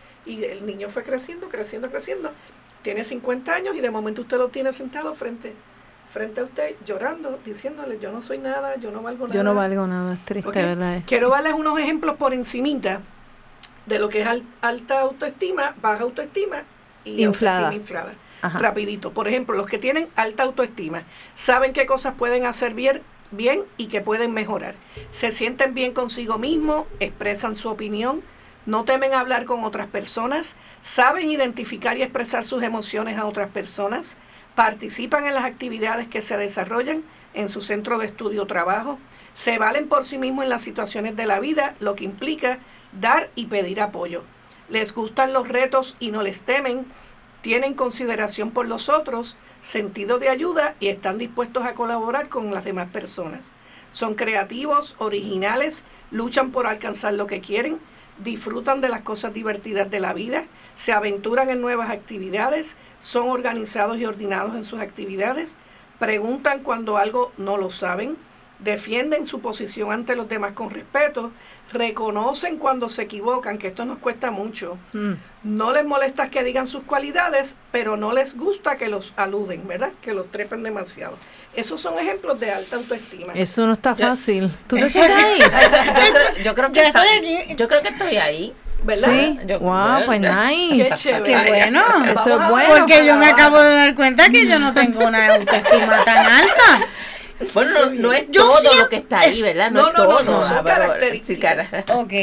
Y el niño fue creciendo, creciendo, creciendo, tiene cincuenta años y de momento usted lo tiene sentado frente, frente a usted llorando, diciéndole, yo no soy nada, yo no valgo nada. Yo no valgo nada, es triste, Ok. ¿verdad? Quiero darles unos ejemplos por encimita de lo que es al- alta autoestima, baja autoestima y Inflada. autoestima inflada. Ajá. Rapidito. Por ejemplo, los que tienen alta autoestima saben qué cosas pueden hacer bien, bien y que pueden mejorar. Se sienten bien consigo mismos, expresan su opinión, no temen hablar con otras personas, saben identificar y expresar sus emociones a otras personas, participan en las actividades que se desarrollan en su centro de estudio o trabajo, se valen por sí mismos en las situaciones de la vida, lo que implica dar y pedir apoyo. Les gustan los retos y no les temen, tienen consideración por los otros, sentido de ayuda y están dispuestos a colaborar con las demás personas. Son creativos, originales, luchan por alcanzar lo que quieren, disfrutan de las cosas divertidas de la vida, se aventuran en nuevas actividades, son organizados y ordenados en sus actividades, preguntan cuando algo no lo saben, defienden su posición ante los demás con respeto, reconocen cuando se equivocan, que esto nos cuesta mucho, Mm. no les molesta que digan sus cualidades, pero no les gusta que los aluden, ¿verdad? Que los trepen demasiado. Esos son ejemplos de alta autoestima. Eso no está Yo- fácil. ¿Tú te Eso- sientes ahí? Yo creo, yo creo que Yo está- estoy aquí. yo creo que estoy ahí. ¿Verdad? Sí. Yo- Wow, pues Qué nice. chévere. Qué bueno. Eso Vamos es a bueno. Porque yo me acabo de dar cuenta que yo no tengo una autoestima tan alta. Bueno, no, no es Yo todo siempre- lo que está ahí, es- ¿verdad? No, no, es no, no, todo. no, son Ah, pero- características. sí, cara. Ok.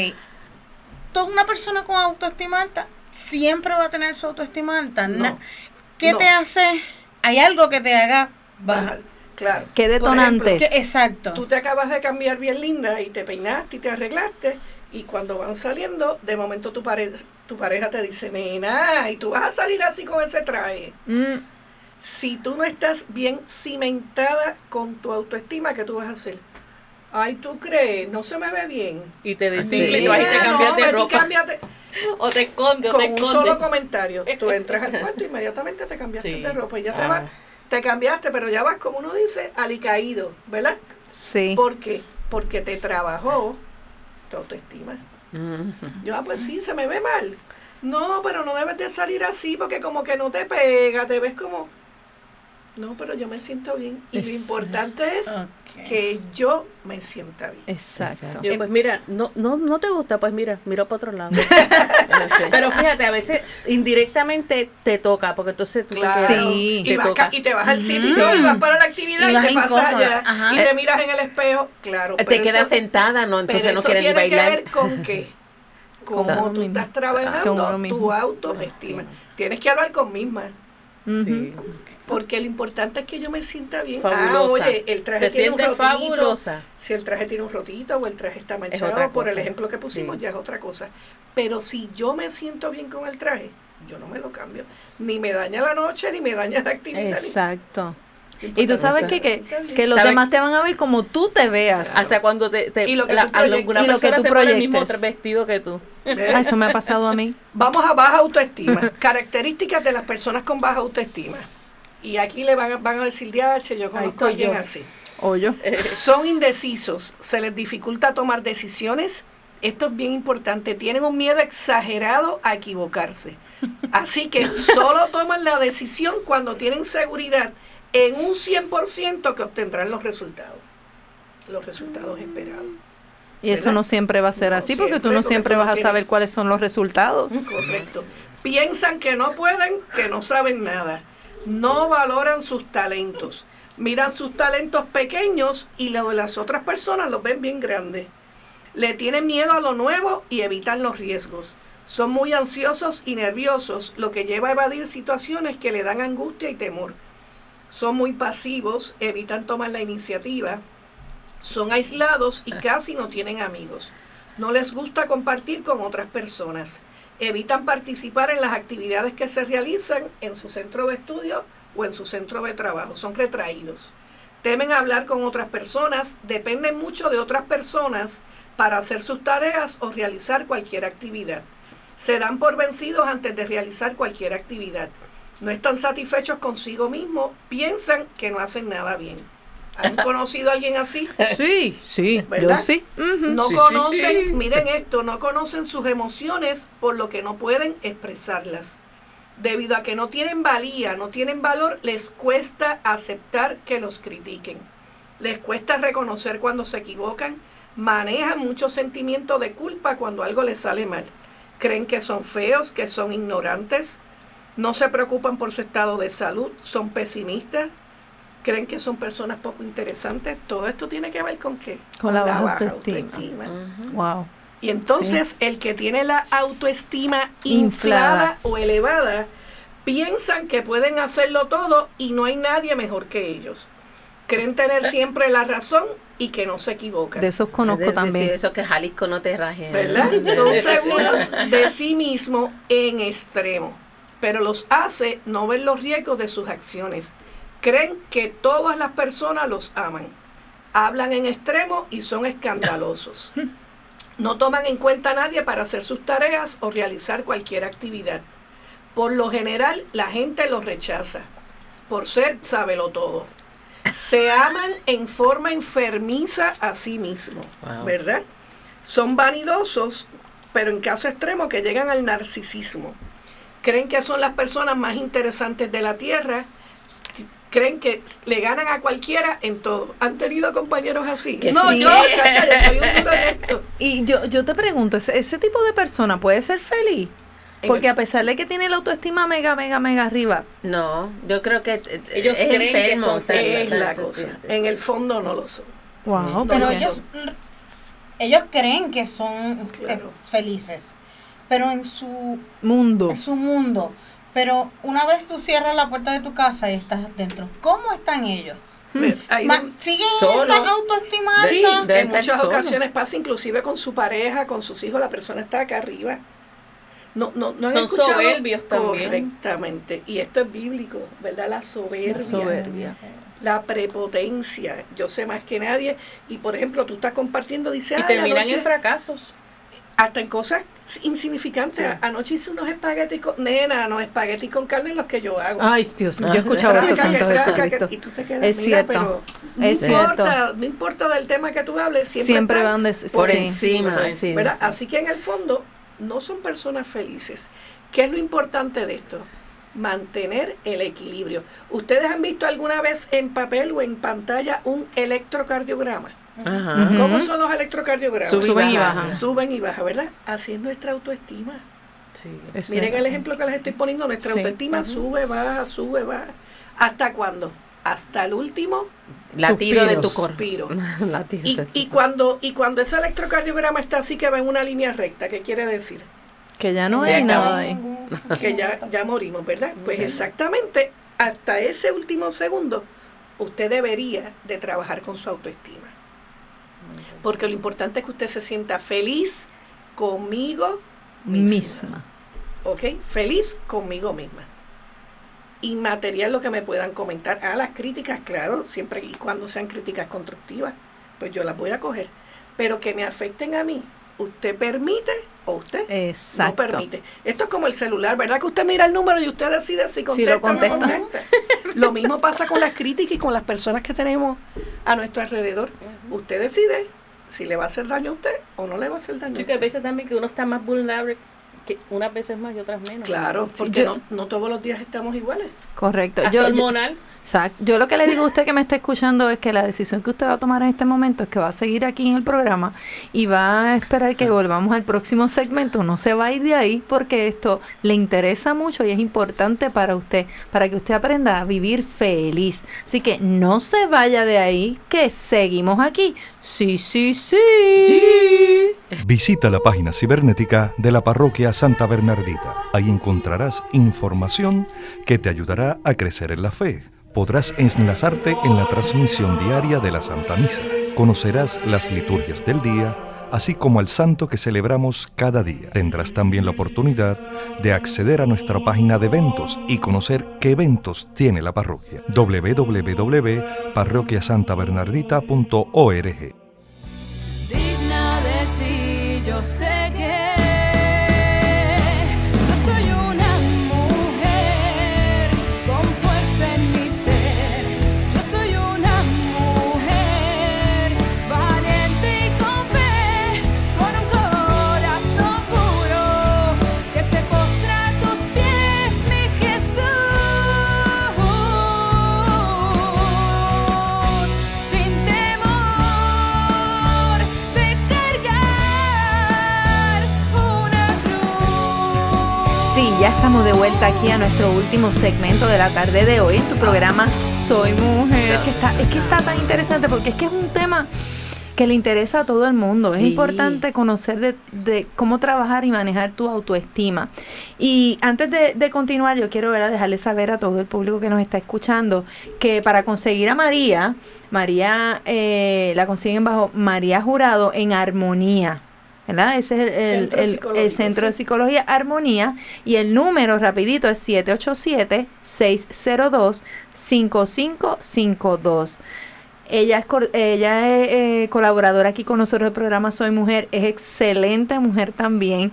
Toda una persona con autoestima alta siempre va a tener su autoestima alta. No. Na- ¿Qué No. te hace? ¿Hay algo que te haga Bajar. bajar? Claro. ¿Qué Por detonantes? ejemplo, ¿Qué- Exacto. tú te acabas de cambiar bien linda y te peinaste y te arreglaste y cuando van saliendo, de momento tu, pare tu pareja te dice, nena, y tú vas a salir así con ese traje. Mm, Si tú no estás bien cimentada con tu autoestima, ¿qué tú vas a hacer? Ay, ¿tú crees? No se me ve bien. Y te Sí. desinfla y tú ahí te Mira, cambias no, de vete y ropa. cámbiate. O te escondes, o Con te un escondes. solo comentario. Tú entras al cuarto y inmediatamente te cambiaste Sí. de ropa y ya te Ah. vas. Te cambiaste, pero ya vas, como uno dice, alicaído, ¿verdad? sí. ¿Por qué? Porque te trabajó tu autoestima. Mm. Yo, ah, pues sí, se me ve mal. No, pero no debes de salir así porque como que no te pega, te ves como... No, pero yo me siento bien. Y lo Exacto. importante es Ok. que yo me sienta bien. Exacto. Yo, pues mira, no, no, no te gusta, pues mira, mira para otro lado. Pero fíjate, a veces indirectamente te toca, porque entonces tú Claro. te quedas, Sí. Y, te vas toca. ca- y te vas al Ujú. sitio y vas para la actividad Y y, vas te pasas incómoda. allá Ajá. y te miras en el espejo. Claro, Te pero quedas eso- sentada, ¿no? Entonces pero no eso quieres ni tiene que bailar. ver con qué. Cómo Con tú uno estás mismo. trabajando Con uno mismo. tu autoestima. Tienes que hablar con misma. Ujú. Sí. Porque lo importante es que yo me sienta bien. Fabulosa. Ah, oye, el traje Te tiene un sientes rotito. fabulosa. Si el traje tiene un rotito o el traje está manchado, otra por el cosa. ejemplo que pusimos, Sí. ya es otra cosa. Pero si yo me siento bien con el traje, yo no me lo cambio. Ni me daña la noche, ni me daña la actividad. ni- Exacto. Lo Y tú importante sabes es que, que, me sienta bien. que los ¿Sabes? demás te van a ver como tú te veas. Hasta cuando te, te Y lo que la, tú a- proyectas. alguna Y lo que persona tú se pone el mismo proyectes. vestido que tú. ¿Ves? Ah, eso me ha pasado a mí. Vamos a baja autoestima. Características de las personas con baja autoestima. y aquí le van a, van a decir, D H, yo conozco a alguien así. O yo. Son indecisos, se les dificulta tomar decisiones. Esto es bien importante, tienen un miedo exagerado a equivocarse. Así que solo toman la decisión cuando tienen seguridad en un cien por ciento que obtendrán los resultados, los resultados esperados. Y eso no siempre va a ser no así, siempre, porque tú no siempre vas a tienes... saber cuáles son los resultados. Correcto. Piensan que no pueden, que no saben nada. No valoran sus talentos. Miran sus talentos pequeños y los de las otras personas los ven bien grandes. Le tienen miedo a lo nuevo y evitan los riesgos. Son muy ansiosos y nerviosos, lo que lleva a evadir situaciones que le dan angustia y temor. Son muy pasivos, evitan tomar la iniciativa. Son aislados y casi no tienen amigos. No les gusta compartir con otras personas. Evitan participar en las actividades que se realizan en su centro de estudio o en su centro de trabajo. Son retraídos. Temen hablar con otras personas, dependen mucho de otras personas para hacer sus tareas o realizar cualquier actividad. Se dan por vencidos antes de realizar cualquier actividad. No están satisfechos consigo mismos, piensan que no hacen nada bien. ¿Han conocido a alguien así? Sí, sí, ¿verdad? yo sí. Uh-huh. No Sí, conocen, sí, sí. miren esto, no conocen sus emociones por lo que no pueden expresarlas. Debido a que no tienen valía, no tienen valor, les cuesta aceptar que los critiquen. Les cuesta reconocer cuando se equivocan, manejan mucho sentimiento de culpa cuando algo les sale mal. Creen que son feos, que son ignorantes, no se preocupan por su estado de salud, son pesimistas, creen que son personas poco interesantes. Todo esto tiene que ver con qué? Con la baja autoestima. autoestima. Wow. Y entonces sí. El que tiene la autoestima Inflada. inflada o elevada, piensan que pueden hacerlo todo y no hay nadie mejor que ellos. Creen tener siempre la razón y que no se equivocan. De esos conozco Es también. decir, eso que Jalisco no te raje. ¿Verdad? Son seguros de sí mismos en extremo, pero los hace no ver los riesgos de sus acciones. Creen que todas las personas los aman. Hablan en extremo y son escandalosos. No toman en cuenta a nadie para hacer sus tareas o realizar cualquier actividad. Por lo general, la gente los rechaza por ser sábelo-todo. Se aman en forma enfermiza a sí mismos, Wow. ¿verdad? Son vanidosos, pero en caso extremo que llegan al narcisismo. Creen que son las personas más interesantes de la tierra. Creen que le ganan a cualquiera en todo. ¿Han tenido compañeros así? Que No, sí. yo, chacha, yo soy un duro en esto. Y yo, yo te pregunto, ¿ese, ese tipo de persona puede ser feliz? Porque a pesar de que tiene la autoestima mega, mega, mega arriba. No, yo creo que eh, Ellos es creen que enfermo. son o sea, Es o sea, la sí, cosa. sí. En el fondo no lo son. Wow, No Pero lo ellos, son. ellos creen que son Claro. eh, felices, pero en su, mundo. en su mundo. Pero una vez tú cierras la puerta de tu casa y estás dentro, ¿cómo están ellos? Ahí Ma- don- ¿Siguen Solo. tan autoestimadas? Sí, Debe en estar muchas solo. ocasiones pasa, inclusive con su pareja, con sus hijos, la persona está acá arriba. No, no, no han Son escuchado soberbios también. correctamente. Y esto es bíblico, ¿verdad? La soberbia. La soberbia. La prepotencia. Yo sé más que nadie. Y por ejemplo, tú estás compartiendo, dice, Y "Ay, terminan anoche", en fracasos. hasta en cosas insignificantes. Sí. Anoche hice unos espaguetis con, nena, no espaguetis con carne en los que yo hago. Ay, Dios mío, yo he escuchado Traca, eso, que Santo traca, Jesucristo. que- y tú te quedas, Es mira, cierto, pero no es importa, cierto. no importa del tema que tú hables, siempre, Siempre están van de- Por sí, encima, sí, sí, ¿verdad? sí. Así que en el fondo no son personas felices. ¿Qué es lo importante de esto? Mantener el equilibrio. ¿Ustedes han visto alguna vez en papel o en pantalla un electrocardiograma? Ajá. Ujú. ¿Cómo son los electrocardiogramas? Suben y Suben y bajan. bajan. Suben y bajan, ¿verdad? Así es nuestra autoestima. Sí. Es Miren cierto. el ejemplo que les estoy poniendo. Nuestra Sí. autoestima Ujú. sube, baja, sube, baja. ¿Hasta cuándo? Hasta el último Latido de tu suspiro. cuerpo. Latido Y, de tu y cuando y cuando ese electrocardiograma está así que va en una línea recta, ¿qué quiere decir? Que ya no Se hay acabó. nada ahí. Que ya, ya morimos, ¿verdad? Pues Sí. exactamente, hasta ese último segundo, usted debería de trabajar con su autoestima. Porque lo importante es que usted se sienta feliz conmigo misma. Misma. ¿Ok? Feliz conmigo misma. Inmaterial lo que me puedan comentar. Ah, las críticas, claro, siempre y cuando sean críticas constructivas, pues yo las voy a coger. Pero que me afecten a mí, ¿usted permite o usted Exacto. no permite? Esto es como el celular, ¿verdad? Que usted mira el número y usted decide si contesta lo contesta. o no contesta. Lo mismo pasa con las críticas y con las personas que tenemos a nuestro alrededor. Uh-huh. Usted decide si le va a hacer daño a usted o no le va a hacer daño. Yo a que usted. a veces también que uno está más vulnerable, que unas veces más y otras menos. Claro, ¿no? porque yo, no, no todos los días estamos iguales. Correcto. Hasta Yo, hormonal. Exacto. Yo lo que le digo a usted que me está escuchando es que la decisión que usted va a tomar en este momento es que va a seguir aquí en el programa y va a esperar que volvamos al próximo segmento. No se va a ir de ahí porque esto le interesa mucho y es importante para usted, para que usted aprenda a vivir feliz. Así que no se vaya de ahí, que seguimos aquí. Sí, sí, sí. Sí. Visita la página cibernética de la Parroquia Santa Bernardita. Ahí encontrarás información que te ayudará a crecer en la fe. Podrás enlazarte en la transmisión diaria de la Santa Misa. Conocerás las liturgias del día, así como el santo que celebramos cada día. Tendrás también la oportunidad de acceder a nuestra página de eventos y conocer qué eventos tiene la parroquia. doble u doble u doble u punto parroquia santa bernardita punto org. Digna de ti, yo sé que yo soy una mujer con fuerza en mi ser. Yo soy una mujer valiente y con fe, con un corazón puro que se postra a tus pies, mi Jesús, sin temor de cargar una cruz. Sí, ya estamos de vuelta aquí a nuestro último segmento de la tarde de hoy. Tu programa Soy Mujer, que está, es que está tan interesante porque es que es un tema que le interesa a todo el mundo. Es Sí. importante conocer de, de cómo trabajar y manejar tu autoestima. Y antes de, de continuar, yo quiero ¿verdad? dejarle saber a todo el público que nos está escuchando que para conseguir a María, María eh, la consiguen bajo María Jurado en Armonía. ¿Verdad? Ese es el, el, Centro el- Psicológico, el Centro de sí. Psicología Armonía y el número rapidito es siete ocho siete, seis cero dos, cinco cinco cinco dos. Ella es, cor- ella es eh, colaboradora aquí con nosotros del programa Soy Mujer, es excelente mujer también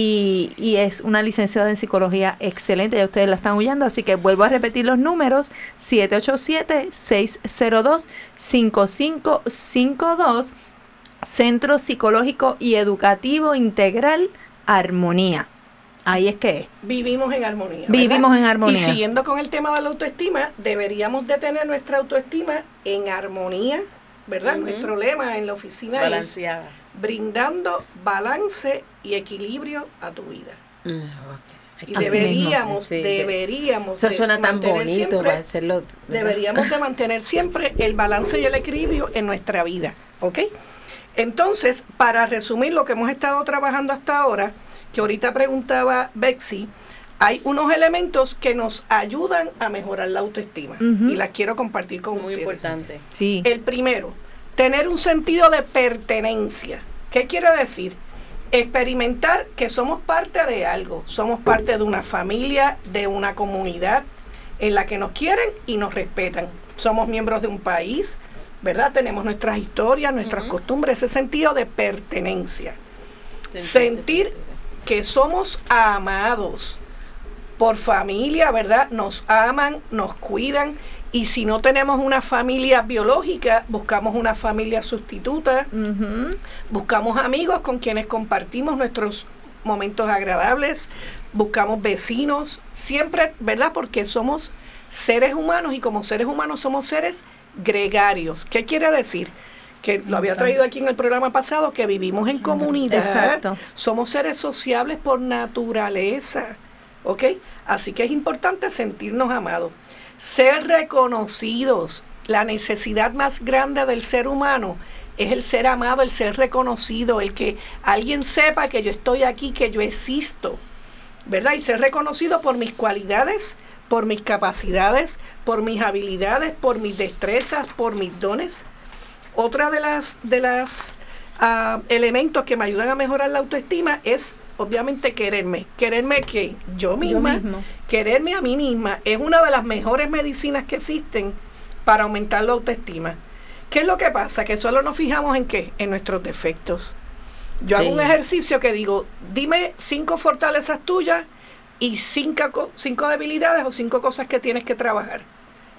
y, y es una licenciada en psicología excelente, ya ustedes la están oyendo, así que vuelvo a repetir los números, siete ocho siete, seis cero dos, cinco cinco cinco dos, Centro Psicológico y Educativo Integral Armonía. Ahí es que es. Vivimos en armonía. Vivimos ¿verdad? en armonía. Y siguiendo con el tema de la autoestima, deberíamos de tener nuestra autoestima en armonía, ¿verdad? Ujú. Nuestro lema en la oficina Balanceada. es brindando balance y equilibrio a tu vida. Mm, ok. Y Así deberíamos, mismo. Sí, de- deberíamos Eso de suena tan mantener bonito siempre- para hacerlo. ¿verdad? Deberíamos de mantener siempre el balance y el equilibrio en nuestra vida, ¿ok? Entonces, para resumir lo que hemos estado trabajando hasta ahora, que ahorita preguntaba Betsy, hay unos elementos que nos ayudan a mejorar la autoestima Ujú. y las quiero compartir con Muy ustedes. importante. Sí. El primero, tener un sentido de pertenencia. ¿Qué quiere decir? Experimentar que somos parte de algo, somos parte de una familia, de una comunidad en la que nos quieren y nos respetan. Somos miembros de un país, ¿verdad? Tenemos nuestras historias, nuestras Ujú. costumbres, ese sentido de pertenencia. Sentirte Sentir perteneciente. que somos amados por familia, ¿verdad? Nos aman, nos cuidan y si no tenemos una familia biológica, buscamos una familia sustituta, Ujú. buscamos amigos con quienes compartimos nuestros momentos agradables, buscamos vecinos, siempre, ¿verdad? Porque somos seres humanos y como seres humanos somos seres gregarios. ¿Qué quiere decir? Que lo había traído aquí en el programa pasado, que vivimos en comunidad, Exacto. somos seres sociables por naturaleza, ¿ok? Así que es importante sentirnos amados, ser reconocidos. La necesidad más grande del ser humano es el ser amado, el ser reconocido, el que alguien sepa que yo estoy aquí, que yo existo, ¿verdad? Y ser reconocido por mis cualidades, por mis capacidades, por mis habilidades, por mis destrezas, por mis dones. Otra de las de las ah, elementos que me ayudan a mejorar la autoestima es obviamente quererme. Quererme que yo misma, mismo. quererme a mí misma es una de las mejores medicinas que existen para aumentar la autoestima. ¿Qué es lo que pasa? Que solo nos fijamos en qué, en nuestros defectos. Yo Sí. hago un ejercicio que digo, dime cinco fortalezas tuyas y cinco, co- cinco debilidades o cinco cosas que tienes que trabajar.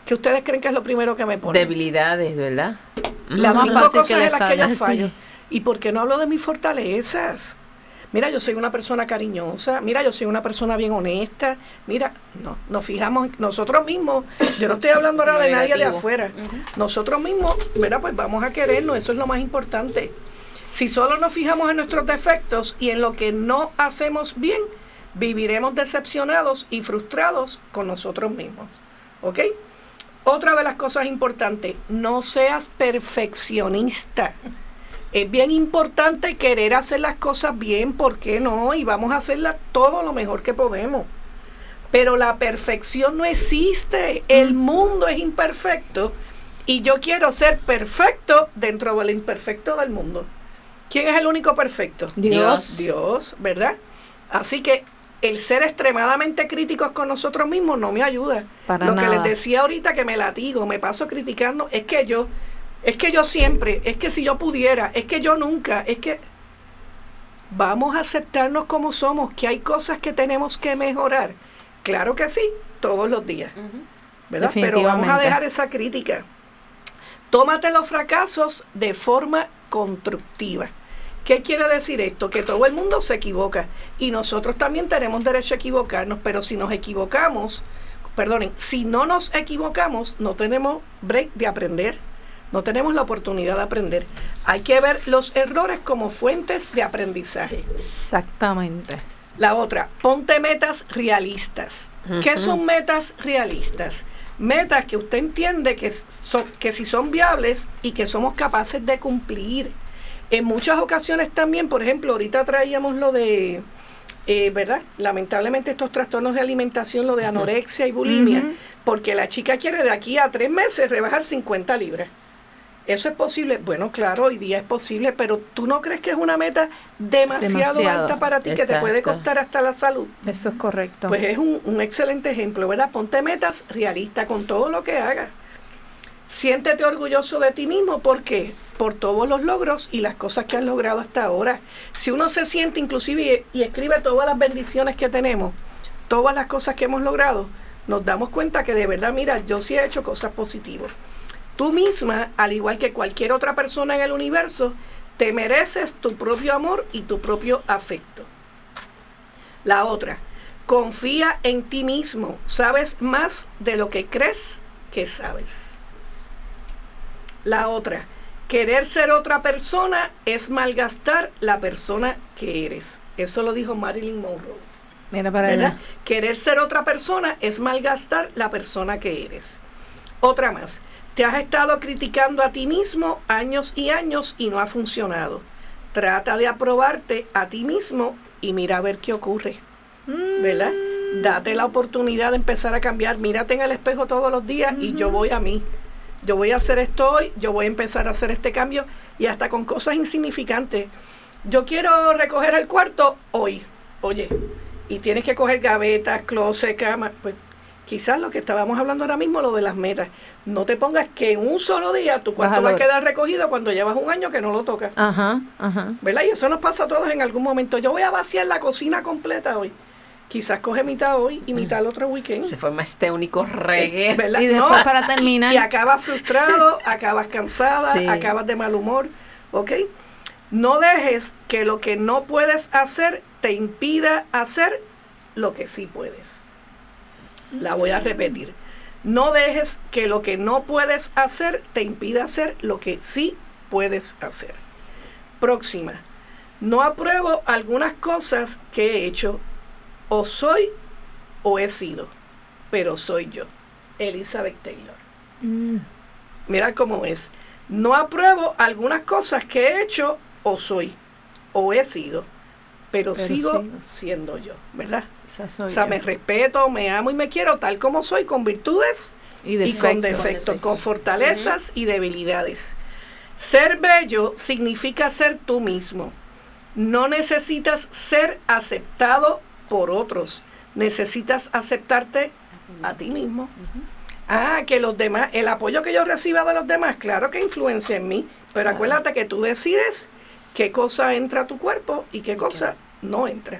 ¿Qué ustedes creen que es lo primero que me ponen? Debilidades, ¿verdad? Las Más cinco fácil cosas que le en las que yo salga, fallo. sí. ¿Y por qué no hablo de mis fortalezas? Mira, yo soy una persona cariñosa, mira, yo soy una persona bien honesta, mira, no, nos fijamos en nosotros mismos, yo no estoy hablando ahora de nadie de afuera, uh-huh. Nosotros mismos, mira, pues vamos a querernos, eso es lo más importante. Si solo nos fijamos en nuestros defectos y en lo que no hacemos bien, viviremos decepcionados y frustrados con nosotros mismos, ¿ok? Otra de las cosas importantes, no seas perfeccionista. Es bien importante querer hacer las cosas bien, ¿por qué no? Y vamos a hacerlas todo lo mejor que podemos. Pero la perfección no existe, el mundo es imperfecto y yo quiero ser perfecto dentro del imperfecto del mundo. ¿Quién es el único perfecto? Dios. Dios, ¿verdad? Así que el ser extremadamente críticos con nosotros mismos no me ayuda. Para Lo nada. que les decía ahorita que me latigo, me paso criticando, es que yo... Es que yo siempre, es que si yo pudiera, es que yo nunca, es que vamos a aceptarnos como somos, que hay cosas que tenemos que mejorar. Claro que sí, todos los días, uh-huh. ¿verdad? Pero vamos a dejar esa crítica. Tómate los fracasos de forma constructiva. ¿Qué quiere decir esto? Que todo el mundo se equivoca y nosotros también tenemos derecho a equivocarnos, pero si nos equivocamos, perdonen, si no nos equivocamos, no tenemos break de aprender. No tenemos la oportunidad de aprender. Hay que ver los errores como fuentes de aprendizaje. Exactamente. La otra, ponte metas realistas. Uh-huh. ¿Qué son metas realistas? Metas que usted entiende que, son, que si son viables y que somos capaces de cumplir. En muchas ocasiones también, por ejemplo, ahorita traíamos lo de, eh, ¿verdad? Lamentablemente estos trastornos de alimentación, lo de anorexia y bulimia, uh-huh. porque la chica quiere de aquí a tres meses rebajar cincuenta libras. ¿Eso es posible? Bueno, claro, hoy día es posible, pero ¿tú no crees que es una meta demasiado, demasiado. alta para ti, Exacto. que te puede costar hasta la salud? Eso es correcto. Pues es un, un excelente ejemplo, ¿verdad? Ponte metas realistas con todo lo que hagas. Siéntete orgulloso de ti mismo, ¿por qué? Por todos los logros y las cosas que has logrado hasta ahora. Si uno se siente inclusive y, y escribe todas las bendiciones que tenemos, todas las cosas que hemos logrado, nos damos cuenta que de verdad, mira, yo sí he hecho cosas positivas. Tú misma, al igual que cualquier otra persona en el universo, te mereces tu propio amor y tu propio afecto. La otra, confía en ti mismo. Sabes más de lo que crees que sabes. La otra, querer ser otra persona es malgastar la persona que eres. Eso lo dijo Marilyn Monroe. Mira para allá. Querer ser otra persona es malgastar la persona que eres. Otra más. Te has estado criticando a ti mismo años y años y no ha funcionado. Trata de aprobarte a ti mismo y mira a ver qué ocurre, ¿verdad? Date la oportunidad de empezar a cambiar. Mírate en el espejo todos los días uh-huh. y yo voy a mí. Yo voy a hacer esto hoy, yo voy a empezar a hacer este cambio y hasta con cosas insignificantes. Yo quiero recoger el cuarto hoy, oye, y tienes que coger gavetas, closet, cama, pues quizás lo que estábamos hablando ahora mismo, lo de las metas. No te pongas que en un solo día tu cuarto va a quedar recogido cuando llevas un año que no lo tocas. Ajá, ajá. ¿Verdad? Y eso nos pasa a todos en algún momento. Yo voy a vaciar la cocina completa hoy. Quizás coge mitad hoy y mitad el otro weekend. Se forma este único reggae. ¿Verdad? Y después no, para terminar. Y, y acabas frustrado, acabas cansada, sí. acabas de mal humor. ¿Ok? No dejes que lo que no puedes hacer te impida hacer lo que sí puedes. La voy a repetir. No dejes que lo que no puedes hacer te impida hacer lo que sí puedes hacer. Próxima. No apruebo algunas cosas que he hecho. O soy o he sido. Pero soy yo. Elizabeth Taylor. Mm. Mira cómo es. No apruebo algunas cosas que he hecho o soy o he sido. Pero, pero sigo sí. siendo yo, ¿verdad? Esa o sea, yo. Me respeto, me amo y me quiero tal como soy, con virtudes y, y con defectos, con fortalezas uh-huh. y debilidades. Ser bello significa ser tú mismo. No necesitas ser aceptado por otros. Necesitas aceptarte a ti mismo. Uh-huh. Ah, que los demás, el apoyo que yo reciba de los demás, claro que influencia en mí, pero acuérdate que tú decides qué cosa entra a tu cuerpo y qué cosa no entra.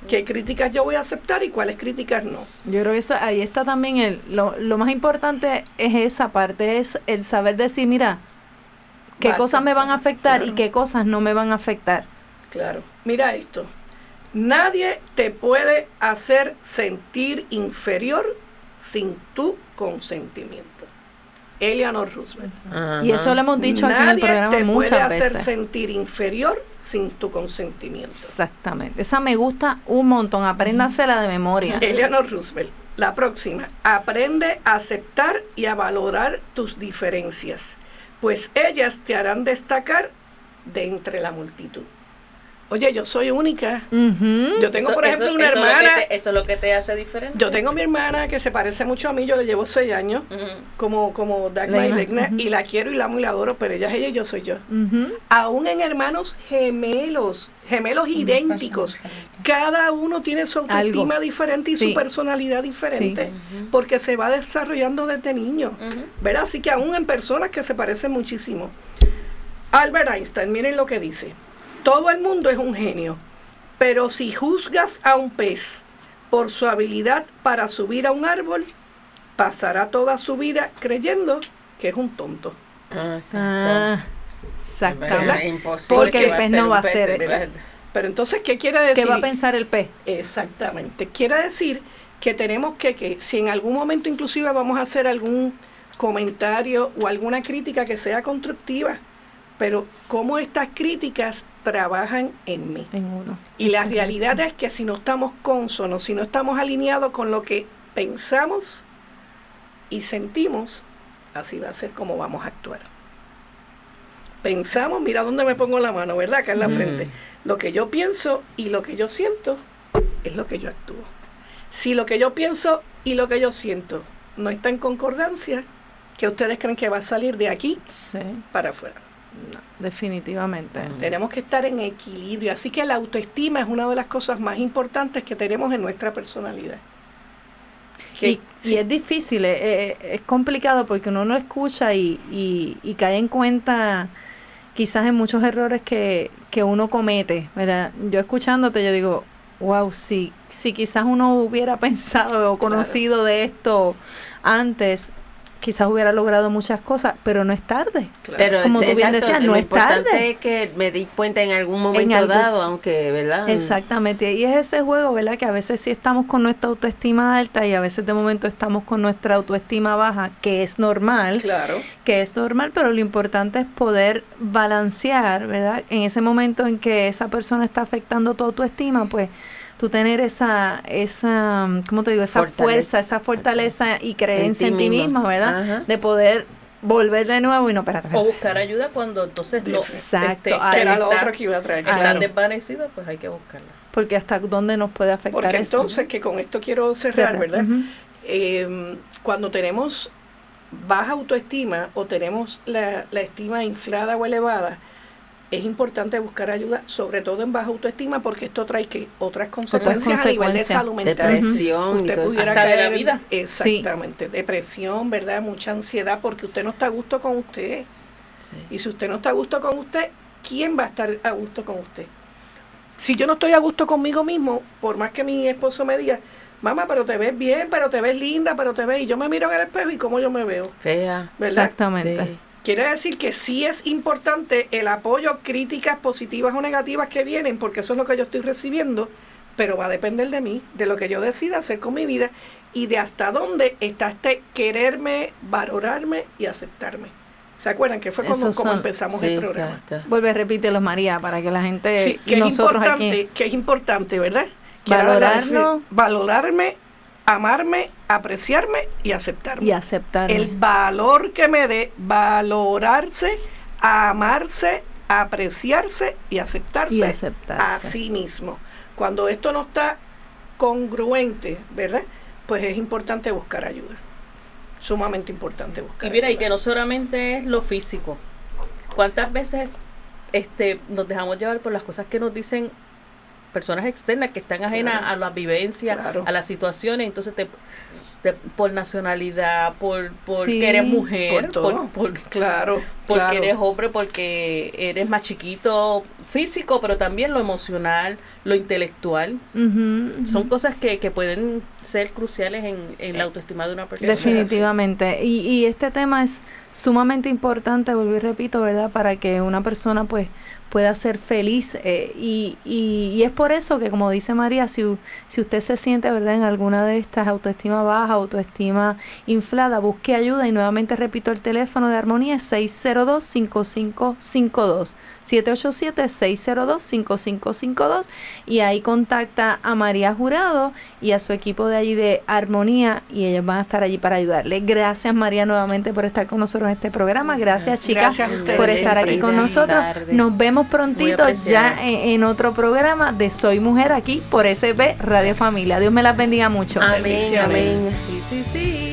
qué críticas yo voy a aceptar y cuáles críticas no. Yo creo que eso, ahí está también el, lo, lo más importante es esa parte, es el saber decir, mira, qué Basta. cosas me van a afectar Claro. y qué cosas no me van a afectar. Claro. Mira esto. Nadie te puede hacer sentir inferior sin tu consentimiento. Eleanor Roosevelt. Y eso lo hemos dicho aquí en el Nadie programa te muchas puede hacer veces. sentir inferior sin tu consentimiento. Exactamente. Esa me gusta un montón. Apréndasela de memoria. Eleanor Roosevelt. La próxima. Aprende a aceptar y a valorar tus diferencias, pues ellas te harán destacar de entre la multitud. Oye, yo soy única. Ujú. Yo tengo, Eso- por ejemplo, eso- una eso es lo que hermana. te- eso es lo que te hace diferente. Yo tengo mi hermana que se parece mucho a mí, yo le llevo seis años, Ujú. como, como Dagmar y Leima, Legna, ujú. y la quiero y la amo y la adoro, pero ella es ella y yo soy yo. Ujú. Aún en hermanos gemelos, gemelos idénticos, cada uno tiene su autoestima Algo. diferente y Sí. su personalidad diferente, porque se va desarrollando desde niño, Ujú. ¿verdad? Así que aún en personas que se parecen muchísimo. Albert Einstein, miren lo que dice: todo el mundo es un genio, pero si juzgas a un pez por su habilidad para subir a un árbol, pasará toda su vida creyendo que es un tonto. Ah, exacto. Ah, exactamente. Imposible. Porque que el pez no va a un pez, ser- ¿verdad? Pero entonces, ¿qué quiere decir? ¿Qué va a pensar el pez? Exactamente. Quiere decir que tenemos que, que si en algún momento inclusive vamos a hacer algún comentario o alguna crítica que sea constructiva, pero cómo estas críticas trabajan en mí. En uno. Y la realidad es que si no estamos cónsonos, si no estamos alineados con lo que pensamos y sentimos, así va a ser como vamos a actuar. Pensamos, mira dónde me pongo la mano, ¿verdad? Acá en la Mm. frente. Lo que yo pienso y lo que yo siento es lo que yo actúo. Si lo que yo pienso y lo que yo siento no está en concordancia, ¿qué ustedes creen que va a salir de aquí Sí, para afuera? No. definitivamente. Tenemos que estar en equilibrio. Así que la autoestima es una de las cosas más importantes que tenemos en nuestra personalidad. Que- Y, sí, y es difícil, eh, eh, es complicado porque uno no escucha y, y, y cae en cuenta quizás en muchos errores que, que uno comete, ¿verdad? Yo escuchándote, yo digo, wow, si, si quizás uno hubiera pensado o conocido de esto antes, quizás hubiera logrado muchas cosas, pero no es tarde. claro. Pero Como tú bien exacto, decías, lo no es importante tarde. es que me di cuenta en algún momento algún- dado, aunque, ¿verdad? Exactamente, y es ese juego, ¿verdad? Que a veces sí estamos con nuestra autoestima alta y a veces de momento estamos con nuestra autoestima baja, que es normal, Claro. que es normal, pero lo importante es poder balancear, ¿verdad? En ese momento en que esa persona está afectando tu autoestima, pues tú tener esa, esa, ¿cómo te digo? Esa Fortaleza. fuerza, esa fortaleza y creencia en En ti ti misma, mismo. ¿verdad? Ajá. De poder volver de nuevo y no, espérate, O espérate. buscar ayuda cuando entonces lo Exacto, este, ahí Que era lo está- otro que iba a traer. están Claro. desvanecidos, pues hay que buscarla. Porque hasta dónde nos puede afectar Porque eso. entonces, que con esto quiero cerrar, Cerra. ¿verdad? Ujú. Eh, cuando tenemos baja autoestima o tenemos la, la estima inflada o elevada, es importante buscar ayuda, sobre todo en baja autoestima, porque esto trae que otras consecuencias a nivel de consecuencias. salud mental. Depresión y Usted todo eso. pudiera Hasta de caer la en- vida. Exactamente, depresión, ¿verdad? Mucha ansiedad, porque usted no está a gusto con usted. Sí. Y si usted no está a gusto con usted, ¿quién va a estar a gusto con usted? Si yo no estoy a gusto conmigo mismo, por más que mi esposo me diga, mamá, pero te ves bien, pero te ves linda, pero te ves, y yo me miro en el espejo y cómo yo me veo, Fea. ¿verdad? Exactamente. Sí. Quiere decir que sí es importante el apoyo, críticas positivas o negativas que vienen, porque eso es lo que yo estoy recibiendo, pero va a depender de mí, de lo que yo decida hacer con mi vida y de hasta dónde está este quererme, valorarme y aceptarme. ¿Se acuerdan que fue como, Esos como son- empezamos Sí, el programa? exacto. Vuelve, repítelo, María, para que la gente Sí, y que es nosotros importante, aquí que es importante, ¿verdad? Que ahora valorarnos la- valorarme, amarme, apreciarme y aceptarme. y aceptar. El valor que me dé, valorarse, amarse, apreciarse y aceptarse, Y aceptarse. a sí mismo. Cuando esto no está congruente, ¿verdad? Pues es importante buscar ayuda. Sumamente importante buscar Y mira, y ayuda. que no solamente es lo físico. ¿Cuántas veces este nos dejamos llevar por las cosas que nos dicen personas externas que están ajenas Claro. a las vivencias, Claro. a las situaciones? Entonces te, te- por nacionalidad, por porque Sí, eres mujer, por todo. por, por- Claro, porque claro. eres hombre, porque eres más chiquito físico, pero también lo emocional, lo intelectual. Uh-huh, uh-huh. Son cosas que, que pueden ser cruciales en, en la autoestima de una persona. Definitivamente. Y, y este tema es sumamente importante, vuelvo y repito, ¿verdad? Para que una persona pues pueda ser feliz. Eh, y, y, y es por eso que, como dice María, si, si usted se siente, ¿verdad?, en alguna de estas autoestima baja, autoestima inflada, busque ayuda. Y nuevamente repito, el teléfono de Armonía es seis cero dos, cinco cinco cinco dos. siete ocho siete, seis cero dos, cinco cinco cinco dos, y ahí contacta a María Jurado y a su equipo de allí de Armonía, y ellos van a estar allí para ayudarle. Gracias, María, nuevamente por estar con nosotros en este programa. Gracias, chicas, Gracias por estar aquí con nosotros. Tarde. Nos vemos prontito ya en, en otro programa de Soy Mujer aquí por S B Radio Familia. Dios me las bendiga mucho. Amén, amén. Sí, sí, sí.